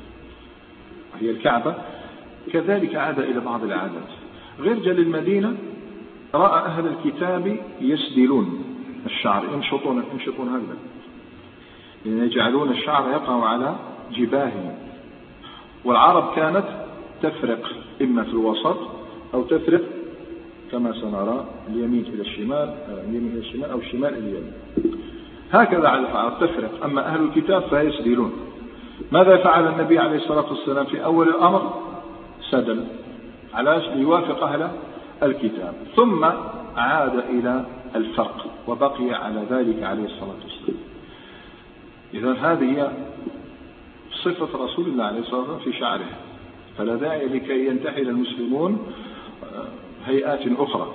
وهي الكعبة، كذلك عاد إلى بعض العادات. غير جل المدينة رأى أهل الكتاب يسدلون الشعر، يمشطون يمشطون هكذا، يعني يجعلون الشعر يقع على جباههم. والعرب كانت تفرق إما في الوسط أو تفرق كما سنرى اليمين إلى الشمال، اليمين إلى الشمال أو الشمال إلى اليمين، هكذا على العرب تفرق. أما أهل الكتاب فيسدلون. ماذا فعل النبي عليه الصلاة والسلام في أول الأمر؟ سدل علاش؟ ليوافق أهل الكتاب، ثم عاد إلى الفرق وبقي على ذلك عليه الصلاة والسلام. إذن هذه هي صفة رسول الله عليه الصلاة والسلام في شعره، فلا داعي لكي ينتحل المسلمون هيئات أخرى.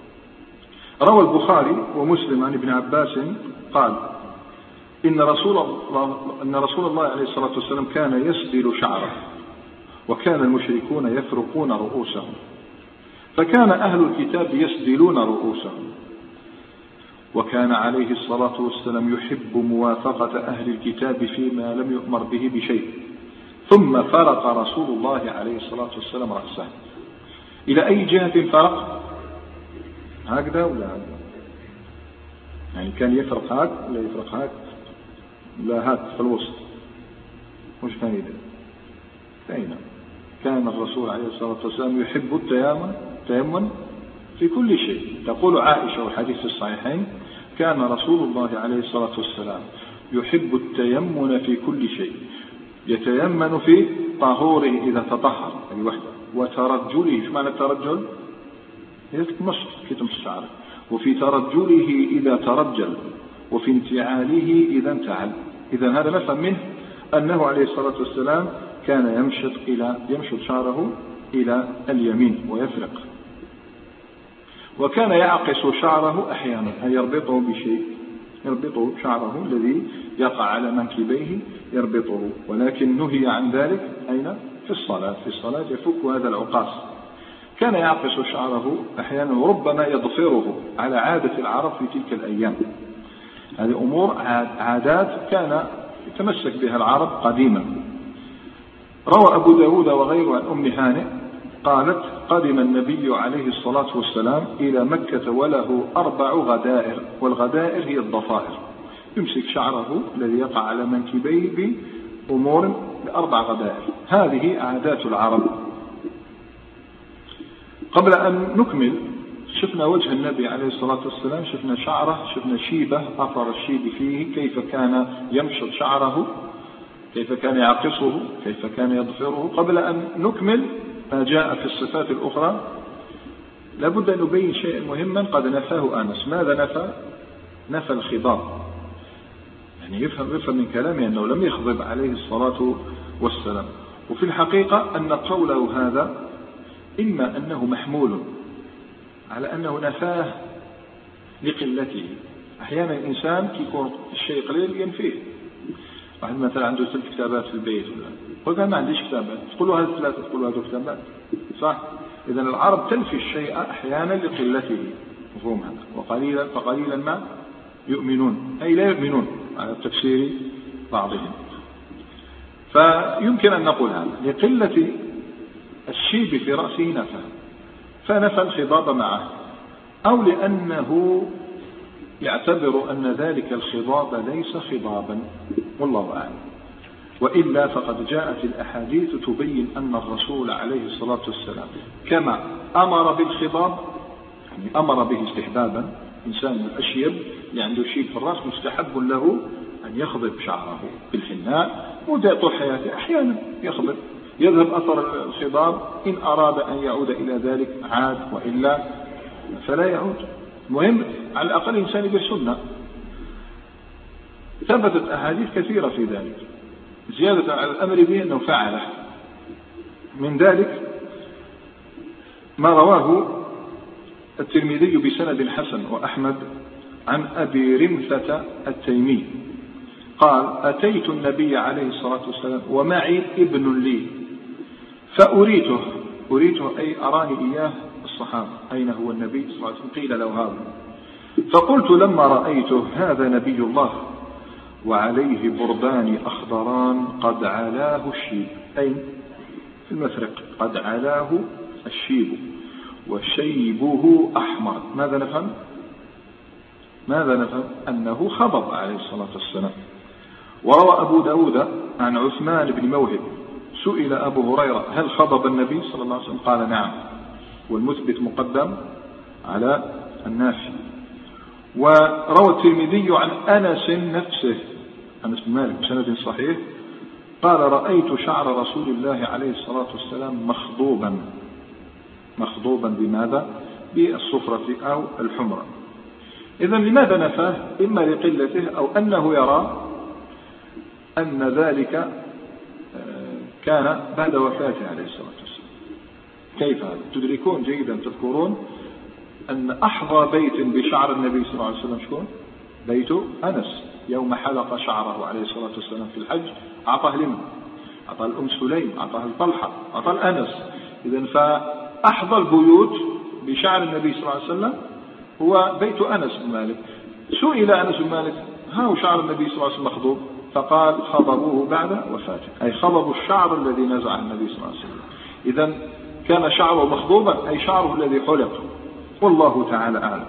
روى البخاري ومسلم عن ابن عباس قال: إن رسول الله, إن رسول الله عليه الصلاة والسلام كان يسدل شعره، وكان المشركون يفرقون رؤوسهم، فكان أهل الكتاب يسدلون رؤوسهم، وكان عليه الصلاة والسلام يحب موافقة أهل الكتاب فيما لم يؤمر به بشيء. ثم فرق رسول الله عليه الصلاة والسلام رأسه. إلى أي جهة فرق؟ هكذا ولا هكذا؟ يعني كان يفرق هاك ولا يفرق هاك؟ لا، هاك في الوسط. مش كان يدري فأين كان الرسول عليه الصلاة والسلام يحب التيامن التيمن في كل شيء. تقول عائشة والحديث في الصحيحين: كان رسول الله عليه الصلاة والسلام يحب التيمن في كل شيء، يتيمن في طهوره إذا تطهر يعني وحده، وترجله. شو معنى الترجل؟ يتمشط في تمشط شعره. وفي ترجله إذا ترجل، وفي انتعاله إذا انتعل. إذا هذا نفهم منه أنه عليه الصلاة والسلام كان يمشط إلى يمشط شعره إلى اليمين ويفرق. وكان يعقص شعره أحيانا، أي يربطه بشيء، يربطه شعره الذي يقع على منكبيه يربطه، ولكن نهي عن ذلك أين؟ في الصلاة. في الصلاة يفك هذا العقاص. كان يعقص شعره أحيانا، وربما يضفره على عادة العرب في تلك الأيام. هذه أمور عادات كان يتمسك بها العرب قديما. روى أبو داود وغيره عن أم هانئ قالت: قدم النبي عليه الصلاة والسلام إلى مكة وله أربع غدائر، والغدائر هي الضفائر، يمسك شعره الذي يقع على منكبيه بأمور بأربع غدائر. هذه عادات العرب. قبل أن نكمل شفنا وجه النبي عليه الصلاة والسلام، شفنا شعره، شفنا شيبه، أثر الشيب فيه، كيف كان يمشط شعره، كيف كان يعقصه، كيف كان يضفره. قبل أن نكمل ما جاء في الصفات الأخرى لابد أن نبين شيء مهما قد نفاه أنس. ماذا نفى؟ نفى الخضاب. يعني يفهم, يفهم من كلامه أنه لم يخضب عليه الصلاة والسلام. وفي الحقيقة أن قوله هذا إما أنه محمول على أنه نفاه لقلته. أحيانا الإنسان يكون الشيء قليل ينفيه. واحد مثلا عنده ثلاث كتابات في البيت ولا قال ما عنديش كتابات، تقولوا هذه ثلاثة، تقولوا هذه كتابات، صح؟ إذا العرب تنفي الشيء أحيانا لقلته، مفهوم هذا. وقليلا فقليلا ما يؤمنون، أي لا يؤمنون على تفسير بعضهم. فيمكن أن نقول هذا لقلة الشيب في رأسه نفى، فنفى الخضاب معه، أو لأنه يعتبر أن ذلك الخضاب ليس خضابا، والله أعلم. وإلا فقد جاءت الأحاديث تبين أن الرسول عليه الصلاة والسلام كما أمر بالخضاب، يعني أمر به استحبابا، إنسان الأشيب اللي عنده شيب في الرأس مستحب له أن يخضب شعره بالحناء، وده طول حياته أحيانا يخضب، يذهب أثر الخضاب، إن أراد أن يعود إلى ذلك عاد، وإلا فلا يعود. المهم على الأقل إنسان بالسنة. ثبتت أحاديث كثيرة في ذلك زيادة على الأمر به أنه فعله. من ذلك ما رواه الترمذي بسند حسن وأحمد عن أبي رمثة التيمي قال: أتيت النبي عليه الصلاة والسلام ومعي ابن لي فأريته، أريته أي أراني إياه الصحابة أين هو النبي صلى الله عليه وسلم، قيل له هذا، فقلت لما رأيته: هذا نبي الله وعليه بردان أخضران قد علاه الشيب، أي في المفرق قد علاه الشيب وشيبه أحمر. ماذا نفهم؟ ماذا نفهم؟ أنه خضب عليه الصلاة والسلام. وروى أبو داود عن عثمان بن موهب سئل أبو هريرة: هل خضب النبي صلى الله عليه وسلم؟ قال: نعم. والمثبت مقدم على النافي. وروى الترمذي عن أنس نفسه، أنس بن مالك بسند صحيح، قال: رأيت شعر رسول الله عليه الصلاة والسلام مخضوبا. مخضوبا بماذا؟ بالصفرة أو الحمرة. إذن لماذا نفاه؟ إما لقلته أو أنه يرى أن ذلك كان بعد وفاته عليه الصلاة والسلام. كيف هذا؟ تدركون جيدا، تذكرون أن أحظى بيت بشعر النبي صلى الله عليه وسلم شكون؟ بيت أنس، يوم حلق شعره عليه الصلاة والسلام في الحج أعطاه لمن؟ أعطاه الأم سليم، أعطاه الطلحة، أعطاه الأنس. إذن فأحظى البيوت بشعر النبي صلى الله عليه وسلم هو بيت أنس بن مالك. سئل أنس بن مالك: ها هو شعر النبي صلى الله عليه وسلم مخضوب؟ فقال: خضبوه بعد وفاته، أي خضبوا الشعر الذي نزع النبي صلى الله عليه وسلم. إذن كان شعره مخضوبا، أي شعره الذي حلق، والله تعالى أعلم.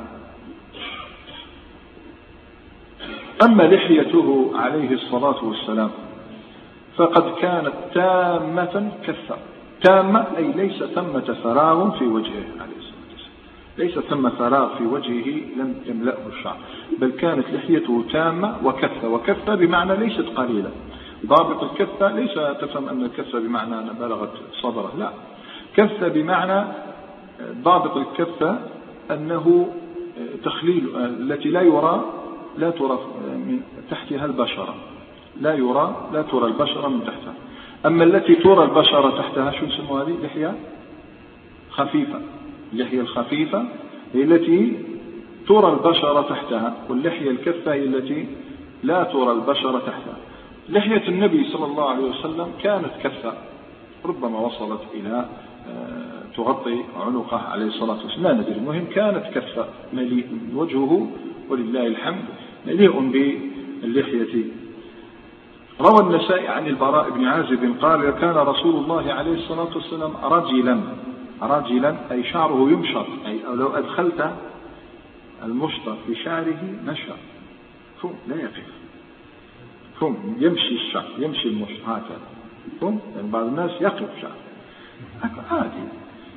أما لحيته عليه الصلاة والسلام فقد كانت تامة كثة، تامة أي ليس ثمة فراغ في وجهه عليه الصلاة والسلام، ليس ثم فراغ في وجهه لم يملأه الشعر، بل كانت لحيته تامة وكثة. وكثة بمعنى ليست قليلة. ضابط الكثة ليس تفهم أن الكثة بمعنى أن بلغت صدره، لا، كثة بمعنى ضابط الكثة أنه تخليل التي لا يرى لا ترى من تحتها البشرة، لا يرى لا ترى البشرة من تحتها. أما التي ترى البشرة تحتها شو نسموها هذه؟ لحية خفيفة. اللحية الخفيفة هي التي ترى البشرة تحتها، واللحية الكثة هي التي لا ترى البشرة تحتها. لحية النبي صلى الله عليه وسلم كانت كثة، ربما وصلت إلى تغطي عنقه عليه الصلاة والسلام، لا ندري، المهم كانت كثة، مليء وجهه ولله الحمد مليء باللحية. روى النسائي عن البراء بن عازب قال: كان رسول الله عليه الصلاة والسلام رجلا، رجلا أي شعره يمشط، أي لو أدخلت المشط في شعره نشر، فهم لا يقف، فهم يمشي الشعر، يمشي المشط هكذا، فهم يعني بعض الناس يقف شعر عادي،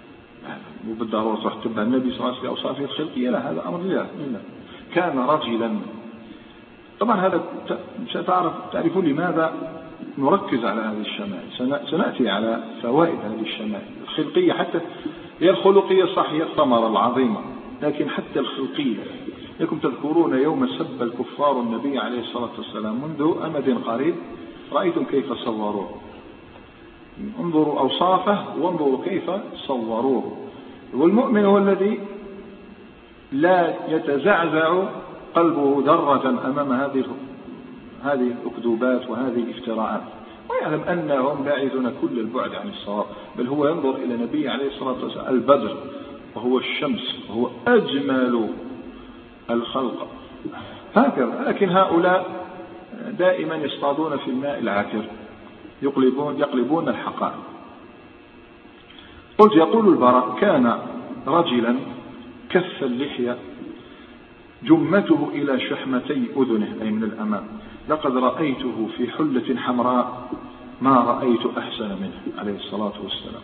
وبالضرورة تروح تتبع النبي صلى الله عليه وسلم أوصافه الخلقية، لا، هذا أمر لا. كان رجلا. طبعا هذا ستعرف تعرفون لماذا نركز على هذه الشمائل. سنأتي على فوائد هذه الشمائل الخلقية، حتى هي الخلقية صح هي الثمرة العظيمة، لكن حتى الخلقية. لكم تذكرون يوم سب الكفار النبي عليه الصلاة والسلام منذ أمد قريب، رأيتم كيف صوروه. انظروا أوصافه وانظروا كيف صوروه. والمؤمن هو الذي لا يتزعزع قلبه ذرة أمام هذه هذه الأكذوبات وهذه الافتراءات، ويعلم أنهم باعدون كل البعد عن الصواب، بل هو ينظر إلى النبي عليه الصلاة والسلام البدر وهو الشمس وهو أجمل الخلق هكذا. لكن هؤلاء دائما يصطادون في الماء العكر، يقلبون يقلبون الحقائق. قلت يقول البراء: كان رجلا كف اللحية جمته إلى شحمتي أذنه، أي من الأمام. لقد رأيته في حلة حمراء ما رأيت أحسن منه عليه الصلاة والسلام.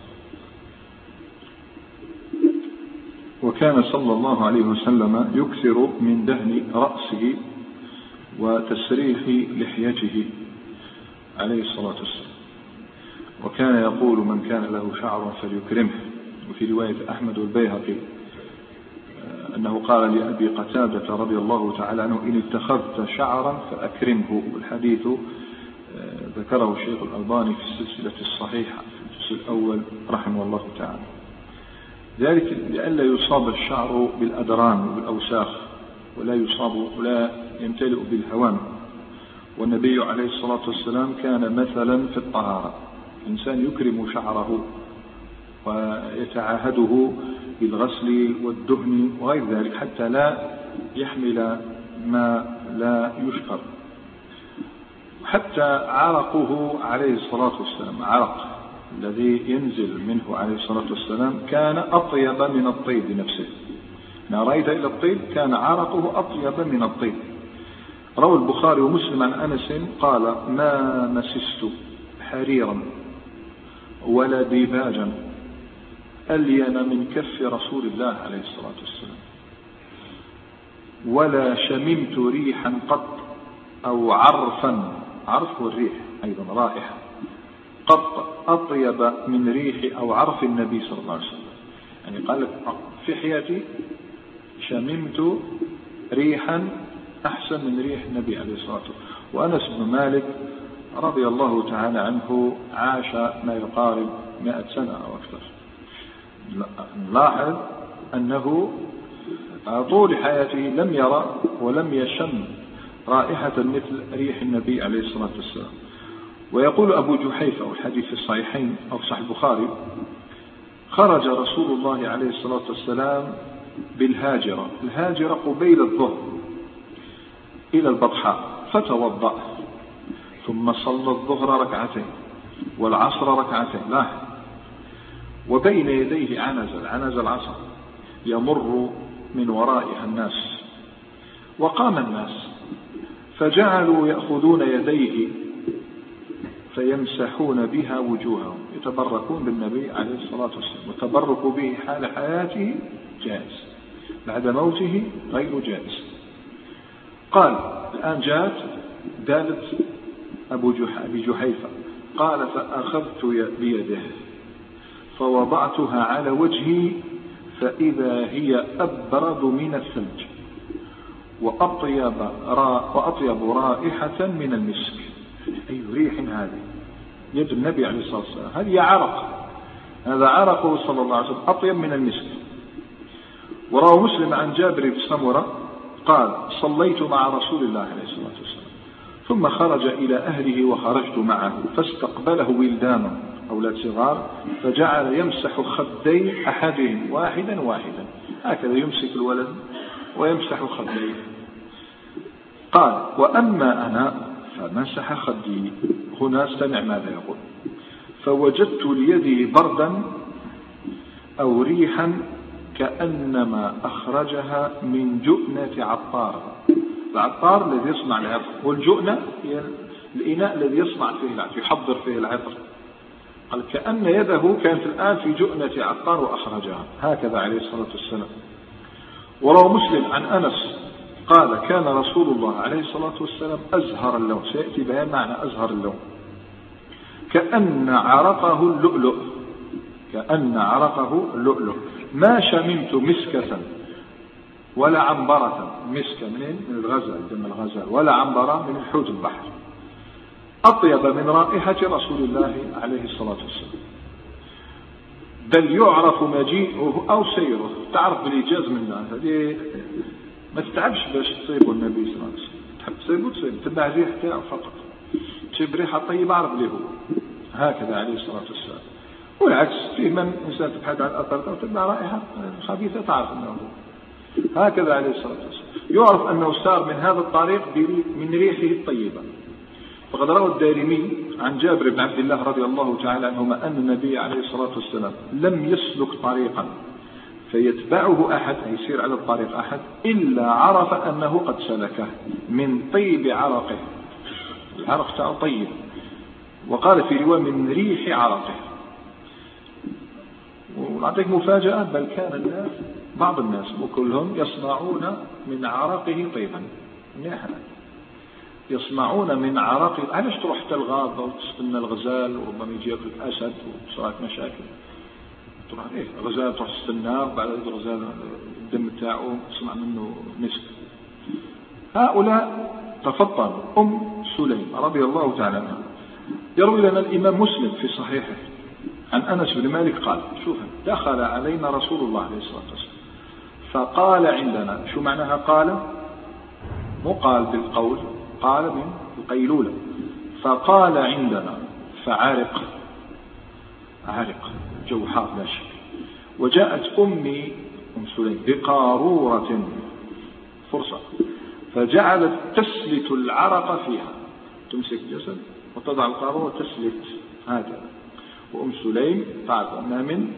وكان صلى الله عليه وسلم يكثر من دهن رأسه وتسريح لحيته عليه الصلاة والسلام. وكان يقول: من كان له شعر فليكرمه. وفي رواية أحمد والبيهقي أنه قال لأبي قتادة رضي الله تعالى عنه: إن اتخذت شعرا فأكرمه. والحديث ذكره الشيخ الألباني في السلسلة الصحيحة في الجزء الأول رحمه الله تعالى. ذلك لئلا يصاب الشعر بالأدران وبالأوساخ، ولا يصاب ولا يمتلئ بالهوام. والنبي عليه الصلاة والسلام كان مثلا في الطهارة، الإنسان يكرم شعره ويتعاهده بالغسل والدهن وغير ذلك حتى لا يحمل ما لا يشكر. حتى عرقه عليه الصلاة والسلام، عرق الذي ينزل منه عليه الصلاة والسلام كان أطيب من الطيب نفسه. ما رأيت إلى الطيب كان عرقه أطيب من الطيب. روى البخاري ومسلم عن أنس قال: ما مسست حريرا ولا ديباجا ألين من كف رسول الله عليه الصلاة والسلام، ولا شممت ريحا قط أو عرفا، عرف والريح أيضا رائحة، قط أطيب من ريح أو عرف النبي صلى الله عليه وسلم. يعني قال في حياتي شممت ريحا أحسن من ريح النبي عليه الصلاة والسلام. وأنس بن مالك رضي الله تعالى عنه عاش ما يقارب مائة سنة أو أكثر. نلاحظ أنه طول حياته لم يرى ولم يشم رائحة مثل ريح النبي عليه الصلاة والسلام. ويقول أبو جحيفة والحديث في الصحيحين أو في صحيح البخاري: خرج رسول الله عليه الصلاة والسلام بالهاجرة، الهاجرة قبيل الظهر، إلى البطحاء فتوضأ، ثم صلى الظهر ركعتين والعصر ركعتين، لا، وبين يديه عنزة، عنزة العصر، يمر من ورائها الناس. وقام الناس فجعلوا يأخذون يديه فيمسحون بها وجوههم، يتبركون بالنبي عليه الصلاة والسلام. والتبرك به حال حياته جائز، بعد موته غير جائز. قال: الآن جاءت دالة أبو جحيفة، قال: فأخذت بيده فوضعتها على وجهي فإذا هي أبرد من الثلج وأطيب, را وأطيب رائحة من المسك. أي ريح هذه؟ يد النبي عليه الصلاة والسلام، هذه عرق، هذا عرقه صلى الله عليه وسلم أطيب من المسك. وروى مسلم عن جابر بن سمرة قال: صليت مع رسول الله عليه الصلاة والسلام ثم خرج إلى أهله وخرجت معه، فاستقبله ولدان أولاد صغار فجعل يمسح خدي أحدهم واحدا واحدا، هكذا يمسك الولد ويمسح خديه. قال: وأما أنا فمسح خدي. هنا استمع ماذا يقول: فوجدت ليده بردا أو ريحا كأنما أخرجها من جؤنة عطار. العطار الذي يصنع العطر، والجؤنة هي الإناء الذي يصنع فيه العطر، يحضر فيه العطر. قال كأن يده كانت الآن في جؤنة عطار وأخرجها، هكذا عليه الصلاة والسلام. وروى مسلم عن أنس قال كان رسول الله عليه الصلاة والسلام أزهر اللون، سيأتي بيان معنى أزهر اللون، كأن عرقه اللؤلؤ، كأن عرقه اللؤلؤ، ما شممت مسكة ولا عنبرة، مسكة من من الغزال، دم الغزال، ولا عنبرة من الحوت البحر، أطيب من رائحة رسول الله عليه الصلاة والسلام. بل يعرف مجيئه أو سيره، تعرف بالإيجاز منه، هذه ما تتعبش باش تصيبه النبي صلى الله عليه وسلم، تحب تصيبه تصيب، تبع الريح تاعه فقط، تشب ريحة طيبة عرف ليه هو، هكذا عليه الصلاة والسلام. والعكس فيه من إنسان تبحث عن الأثر وتبع رائحة خبيثة تعرف أنه هو، هكذا عليه الصلاة والسلام. يعرف أنه سار من هذا الطريق من ريحه الطيبة. فقد روى الدارمي عن جابر بن عبد الله رضي الله تعالى عنهما أن النبي عليه الصلاة والسلام لم يسلك طريقا فيتبعه أحد، أي يسير على الطريق أحد، إلا عرف أنه قد سلكه من طيب عرقه، العرق تاعه طيب. وقال في رواية من ريح عرقه. ونعطيك مفاجأة، بل كان الناس بعض الناس وكلهم يصنعون من عرقه طيبا، يصنعون من عرق. علاش تروح حتى الغابة وتستنى الغزال وربما يجي ياكل الأسد وصارت مشاكل، تروح ايه غزال تروح تستناه، بعد الغزال الدم تاعه تصنع منه مسك. هؤلاء تفطن. أم سليم رضي الله تعالى عنها يروي لنا الإمام مسلم في صحيحه عن أنس بن مالك قال شوف دخل علينا رسول الله عليه الصلاة والسلام فقال عندنا. شو معناها قال؟ مو قال بالقول، قال من القيلولة. فقال عندنا فعرق، عرق جو حار لا شك. وجاءت أمي أم سليم بقارورة فرصة فجعلت تسلت العرق فيها، تمسك جسد وتضع القارورة تسلت هكذا. وأم سليم تعرف أنها من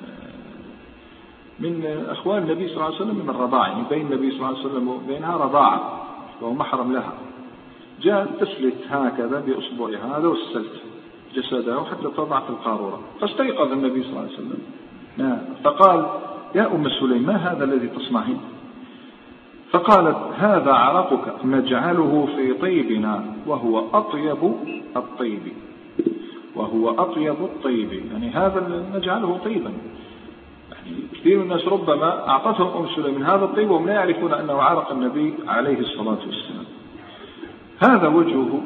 من أخوان النبي صلى الله عليه وسلم من الرضاعة، يعني بين النبي صلى الله عليه وسلم وبينها رضاعة وهو محرم لها. جاءت تسلت هكذا بأصبعها هذا والسلت جسده حتى تضع في القارورة. فاستيقظ النبي صلى الله عليه وسلم فقال يا أم سليم ما هذا الذي تصنعين؟ فقالت هذا عرقك نجعله في طيبنا وهو أطيب الطيب، وهو أطيب الطيب، يعني هذا نجعله طيبا. يعني كثير من الناس ربما أعطتهم أم سليم من هذا الطيب وهم لا يعرفون أنه عرق النبي عليه الصلاة والسلام. هذا وجهه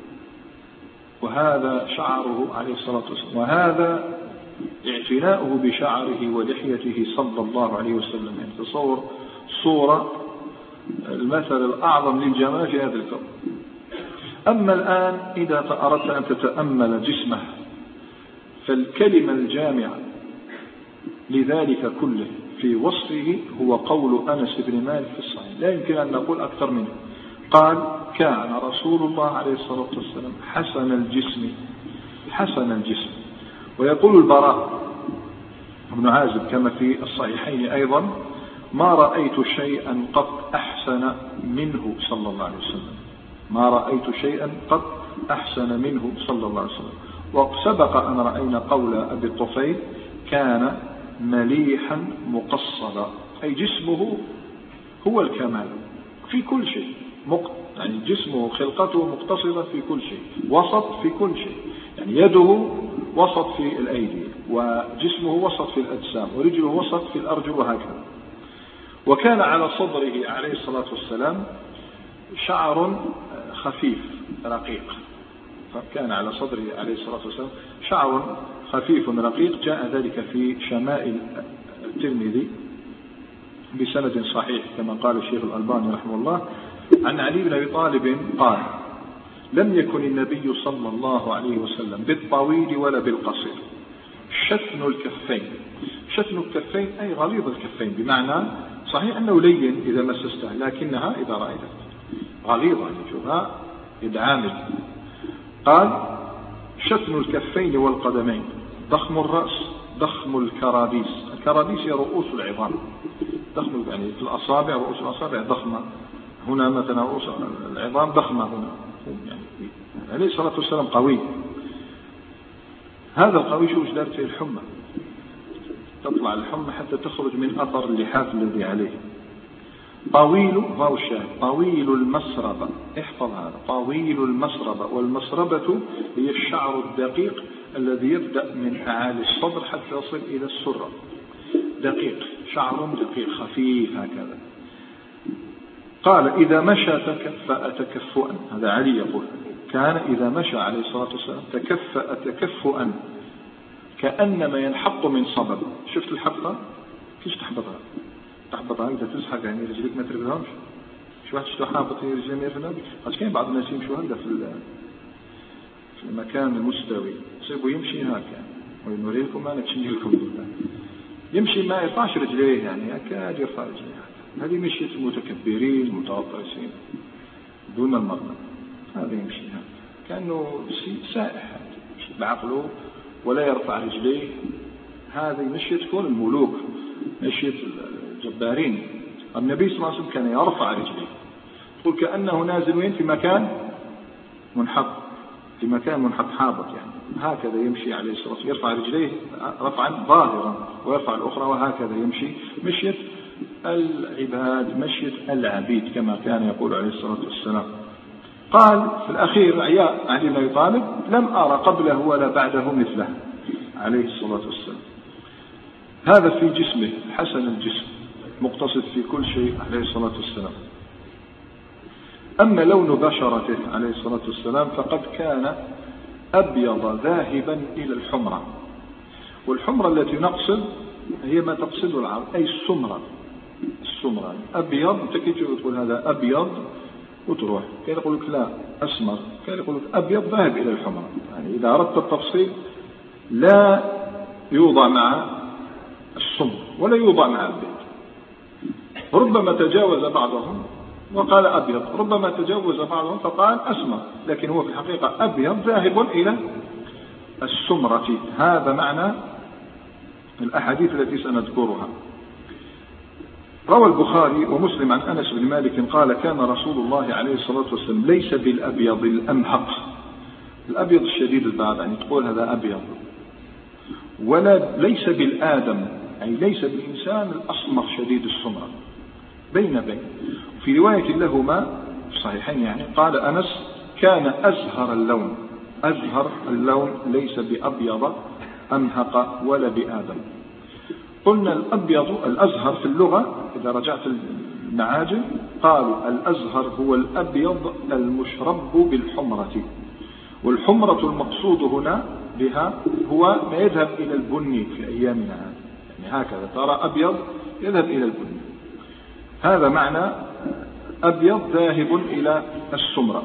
وهذا شعره عليه الصلاة والسلام، وهذا اعتناؤه بشعره ولحيته صلى الله عليه وسلم. يعني تصور صورة المثل الأعظم للجمال في هذا الكون. أما الآن إذا أردت أن تتأمل جسمه فالكلمة الجامعة لذلك كله في وصفه هو قول أنس بن مالك في الصحيح، لا يمكن أن نقول أكثر منه. قال كان رسول الله عليه الصلاة والسلام حسن الجسم، حسن الجسم. ويقول البراء بن عازب كما في الصحيحين أيضا ما رأيت شيئا قط أحسن منه صلى الله عليه وسلم، ما رأيت شيئا قط أحسن منه صلى الله عليه وسلم. وسبق أن رأينا قول أبي الطفيل كان مليحا مقصدا، أي جسمه هو الكمال في كل شيء، يعني جسمه خلقته مقتصدة في كل شيء، وسط في كل شيء، يعني يده وسط في الأيدي، وجسمه وسط في الأجسام، ورجله وسط في الأرجل، وهكذا. وكان على صدره عليه الصلاة والسلام شعر خفيف رقيق، فكان على صدره عليه الصلاة والسلام شعر خفيف رقيق. جاء ذلك في شمائل الترمذي بسند صحيح كما قال الشيخ الألباني رحمه الله عن علي بن أبي طالب قال لم يكن النبي صلى الله عليه وسلم بالطويل ولا بالقصير شتن الكفين. شتن الكفين أي غليظ الكفين، بمعنى صحيح أنه لين إذا مسسته لكنها إذا رأيته غليظة يشوفها يدعامل. قال شتن الكفين والقدمين، ضخم الرأس، ضخم الكرابيس. الكرابيس هي رؤوس العظام، ضخم يعني في الأصابع، رؤوس الأصابع ضخمة، هنا مثلا رؤوس العظام ضخمة هنا. يعني عليه الصلاة والسلام قوي. هذا القوي شو دارت فيه الحمى، تطلع الحمى حتى تخرج من أثر اللحاف الذي عليه. طويل هو الشاهد، طويل المسربة، احفظ هذا، طويل المسربة، والمسربة هي الشعر الدقيق الذي يبدأ من أعالي الصدر حتى يصل إلى السرة، دقيق، شعر دقيق خفيف هكذا. قال إذا مشى تكفأ تكفؤا، هذا علي يقول، كان إذا مشى عليه الصلاة والسلام تكفأ تكفؤا كأنما ينحط من صبب. شفت الحبة كيف تحبطها؟ تحبطها إذا تزحق يعني رجليك ما ترفدهمش. شو واحد شتو حابط رجليه ما يرفدهمش. قد كان بعض الناس يمشوا هكذا في في المكان المستوي، سيبوا يمشي هكذا ونوريكم أنا تشني لكم بالله، يمشي ما يرفعش رجليه يعني أكاد يرفع رجليه. هذه مشية المتكبرين المتغطرسين دون المرضى. هذا يمشي هذا كأنه سائح بعقله ولا يرفع رجليه. هذه مشية كل الملوك، مشية الجبارين. النبي صلى الله عليه وسلم كان يرفع رجليه، تقول كأنه نازل وين في مكان منحط، في مكان منحط حابط يعني. هكذا يمشي عليه الصلاة والسلام، يرفع رجليه رفعا ظاهرا ويرفع الأخرى، وهكذا يمشي مشية العباد، مشية العبيد كما كان يقول عليه الصلاة والسلام. قال في الأخير عياء علي بن أبي طالب لم أرى قبله ولا بعده مثله عليه الصلاة والسلام. هذا في جسمه حسن الجسم مقتصد في كل شيء عليه الصلاة والسلام. أما لون بشرته عليه الصلاة والسلام فقد كان أبيض ذاهبا إلى الحمرة، والحمرة التي نقصد هي ما تقصده العرب أي السمرة. السمرة أبيض تكيت تقول هذا أبيض وتروح، كان يقول لك لا أسمر، كان يقول لك أبيض ذاهب إلى الحمرة. يعني إذا أردت التفصيل لا يوضع مع السمر ولا يوضع مع البيض. ربما تجاوز بعضهم وقال أبيض، ربما تجاوز بعضهم فقال أسمر، لكن هو في الحقيقة أبيض ذاهب إلى السمرة. هذا معنى الأحاديث التي سنذكرها. روى البخاري ومسلم عن أنس بن مالك قال كان رسول الله عليه الصلاة والسلام ليس بالأبيض الأمهق، الأبيض الشديد البعد يعني تقول هذا أبيض، ولا ليس بالآدم أي ليس بالإنسان الأسمر شديد السمرة، بين بين. في رواية لهما صحيحين يعني قال أنس كان أزهر اللون، أزهر اللون ليس بأبيض أمهق ولا بآدم. قلنا الأبيض الأزهر في اللغة إذا رجعت المعاجم قالوا الأزهر هو الأبيض المشرب بالحمرة، والحمرة المقصود هنا بها هو ما يذهب إلى البني في أيامنا، يعني هكذا ترى أبيض يذهب إلى البني، هذا معنى أبيض ذاهب إلى السمرة.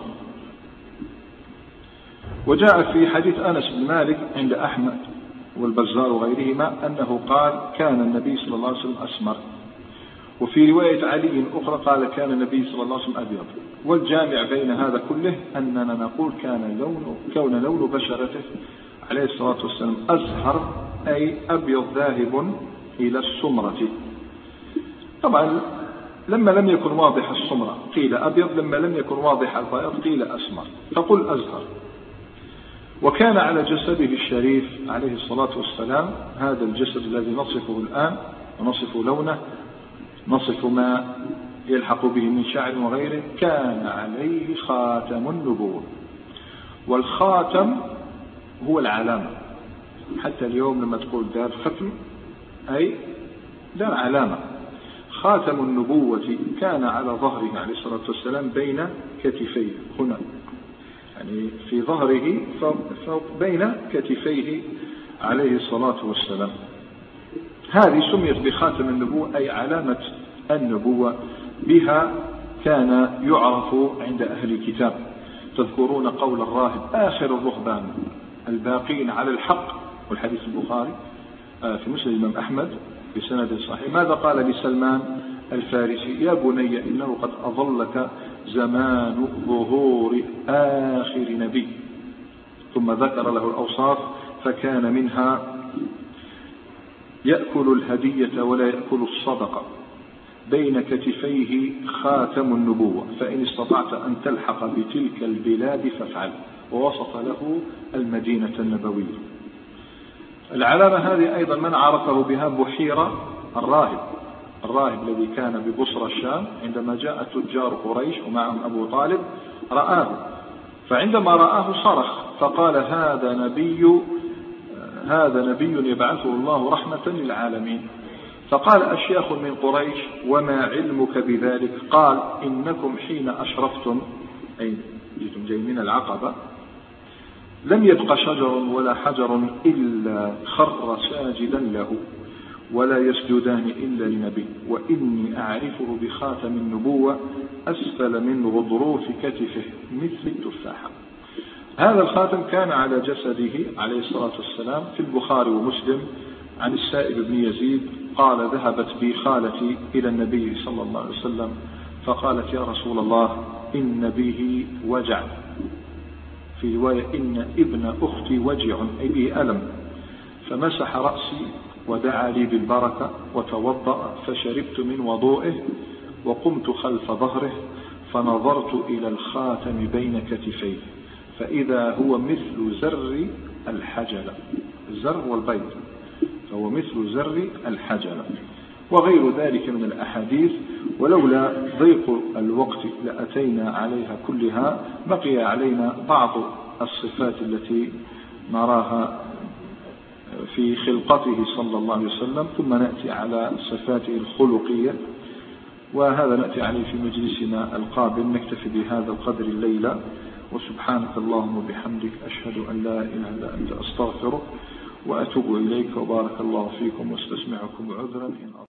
وجاء في حديث أنس بن مالك عند أحمد والبزار وغيرهما أنه قال كان النبي صلى الله عليه وسلم أسمر، وفي رواية علي أخرى قال كان النبي صلى الله عليه وسلم أبيض. والجامع بين هذا كله أننا نقول كان لون كون لون بشرته عليه الصلاة والسلام أزهر أي أبيض ذاهب إلى السمرة. طبعا لما لم يكن واضح السمرة قيل أبيض، لما لم يكن واضح البياض قيل أسمر، فقل أزهر. وكان على جسده الشريف عليه الصلاة والسلام، هذا الجسد الذي نصفه الآن ونصف لونه نصف ما يلحق به من شعر وغيره، كان عليه خاتم النبوة. والخاتم هو العلامة، حتى اليوم لما تقول دار ختم أي دار علامة. خاتم النبوة كان على ظهره عليه الصلاة والسلام بين كتفيه هنا، يعني في ظهره فوق بين كتفيه عليه الصلاة والسلام. هذه سميت بخاتم النبوة أي علامة النبوة، بها كان يعرف عند أهل الكتاب. تذكرون قول الراهب آخر الرهبان الباقين على الحق، والحديث البخاري في مسند الإمام أحمد بسند صحيح. ماذا قال لسلمان الفارسي؟ يا بني إنه قد أظلك زمان ظهور آخر نبي، ثم ذكر له الأوصاف فكان منها يأكل الهدية ولا يأكل الصدقة، بين كتفيه خاتم النبوة، فإن استطعت أن تلحق بتلك البلاد فافعل. ووصف له المدينة النبوية. العلامة هذه أيضا من عرفه بها بحيرة الراهب الراهب الذي كان ببصرى الشام، عندما جاء تجار قريش ومعهم أبو طالب رآه، فعندما رآه صرخ فقال هذا نبي هذا نبي يبعثه الله رحمة للعالمين. فقال أشياخ من قريش وما علمك بذلك؟ قال إنكم حين أشرفتم، أي جئتم جاي من العقبة، لم يبق شجر ولا حجر إلا خر ساجدا له، ولا يسجدان إلا لنبي، وإني أعرفه بخاتم النبوة أسفل من غضروف كتفه مثل التفاحة. هذا الخاتم كان على جسده عليه الصلاة والسلام في البخاري ومسلم عن السائب بن يزيد قال ذهبت بي خالتي إلى النبي صلى الله عليه وسلم فقالت يا رسول الله إن به وجع، في رواية إن ابن أختي وجع أي به ألم، فمسح رأسي ودعا لي بالبركة وتوضأ فشربت من وضوئه وقمت خلف ظهره فنظرت إلى الخاتم بين كتفيه فإذا هو مثل زر الحجلة، الزر والبيض، فهو مثل زر الحجلة، وغير ذلك من الأحاديث. ولولا ضيق الوقت لأتينا عليها كلها، بقي علينا بعض الصفات التي نراها في خلقته صلى الله عليه وسلم، ثم نأتي على صفاته الخلقية، وهذا نأتي عليه في مجلسنا القابل. نكتفي بهذا القدر الليلة، وسبحانك اللهم وبحمدك أشهد أن لا إله إلا أنت أستغفرك وأتوب إليك، وبارك الله فيكم واستسمعكم عذرا إن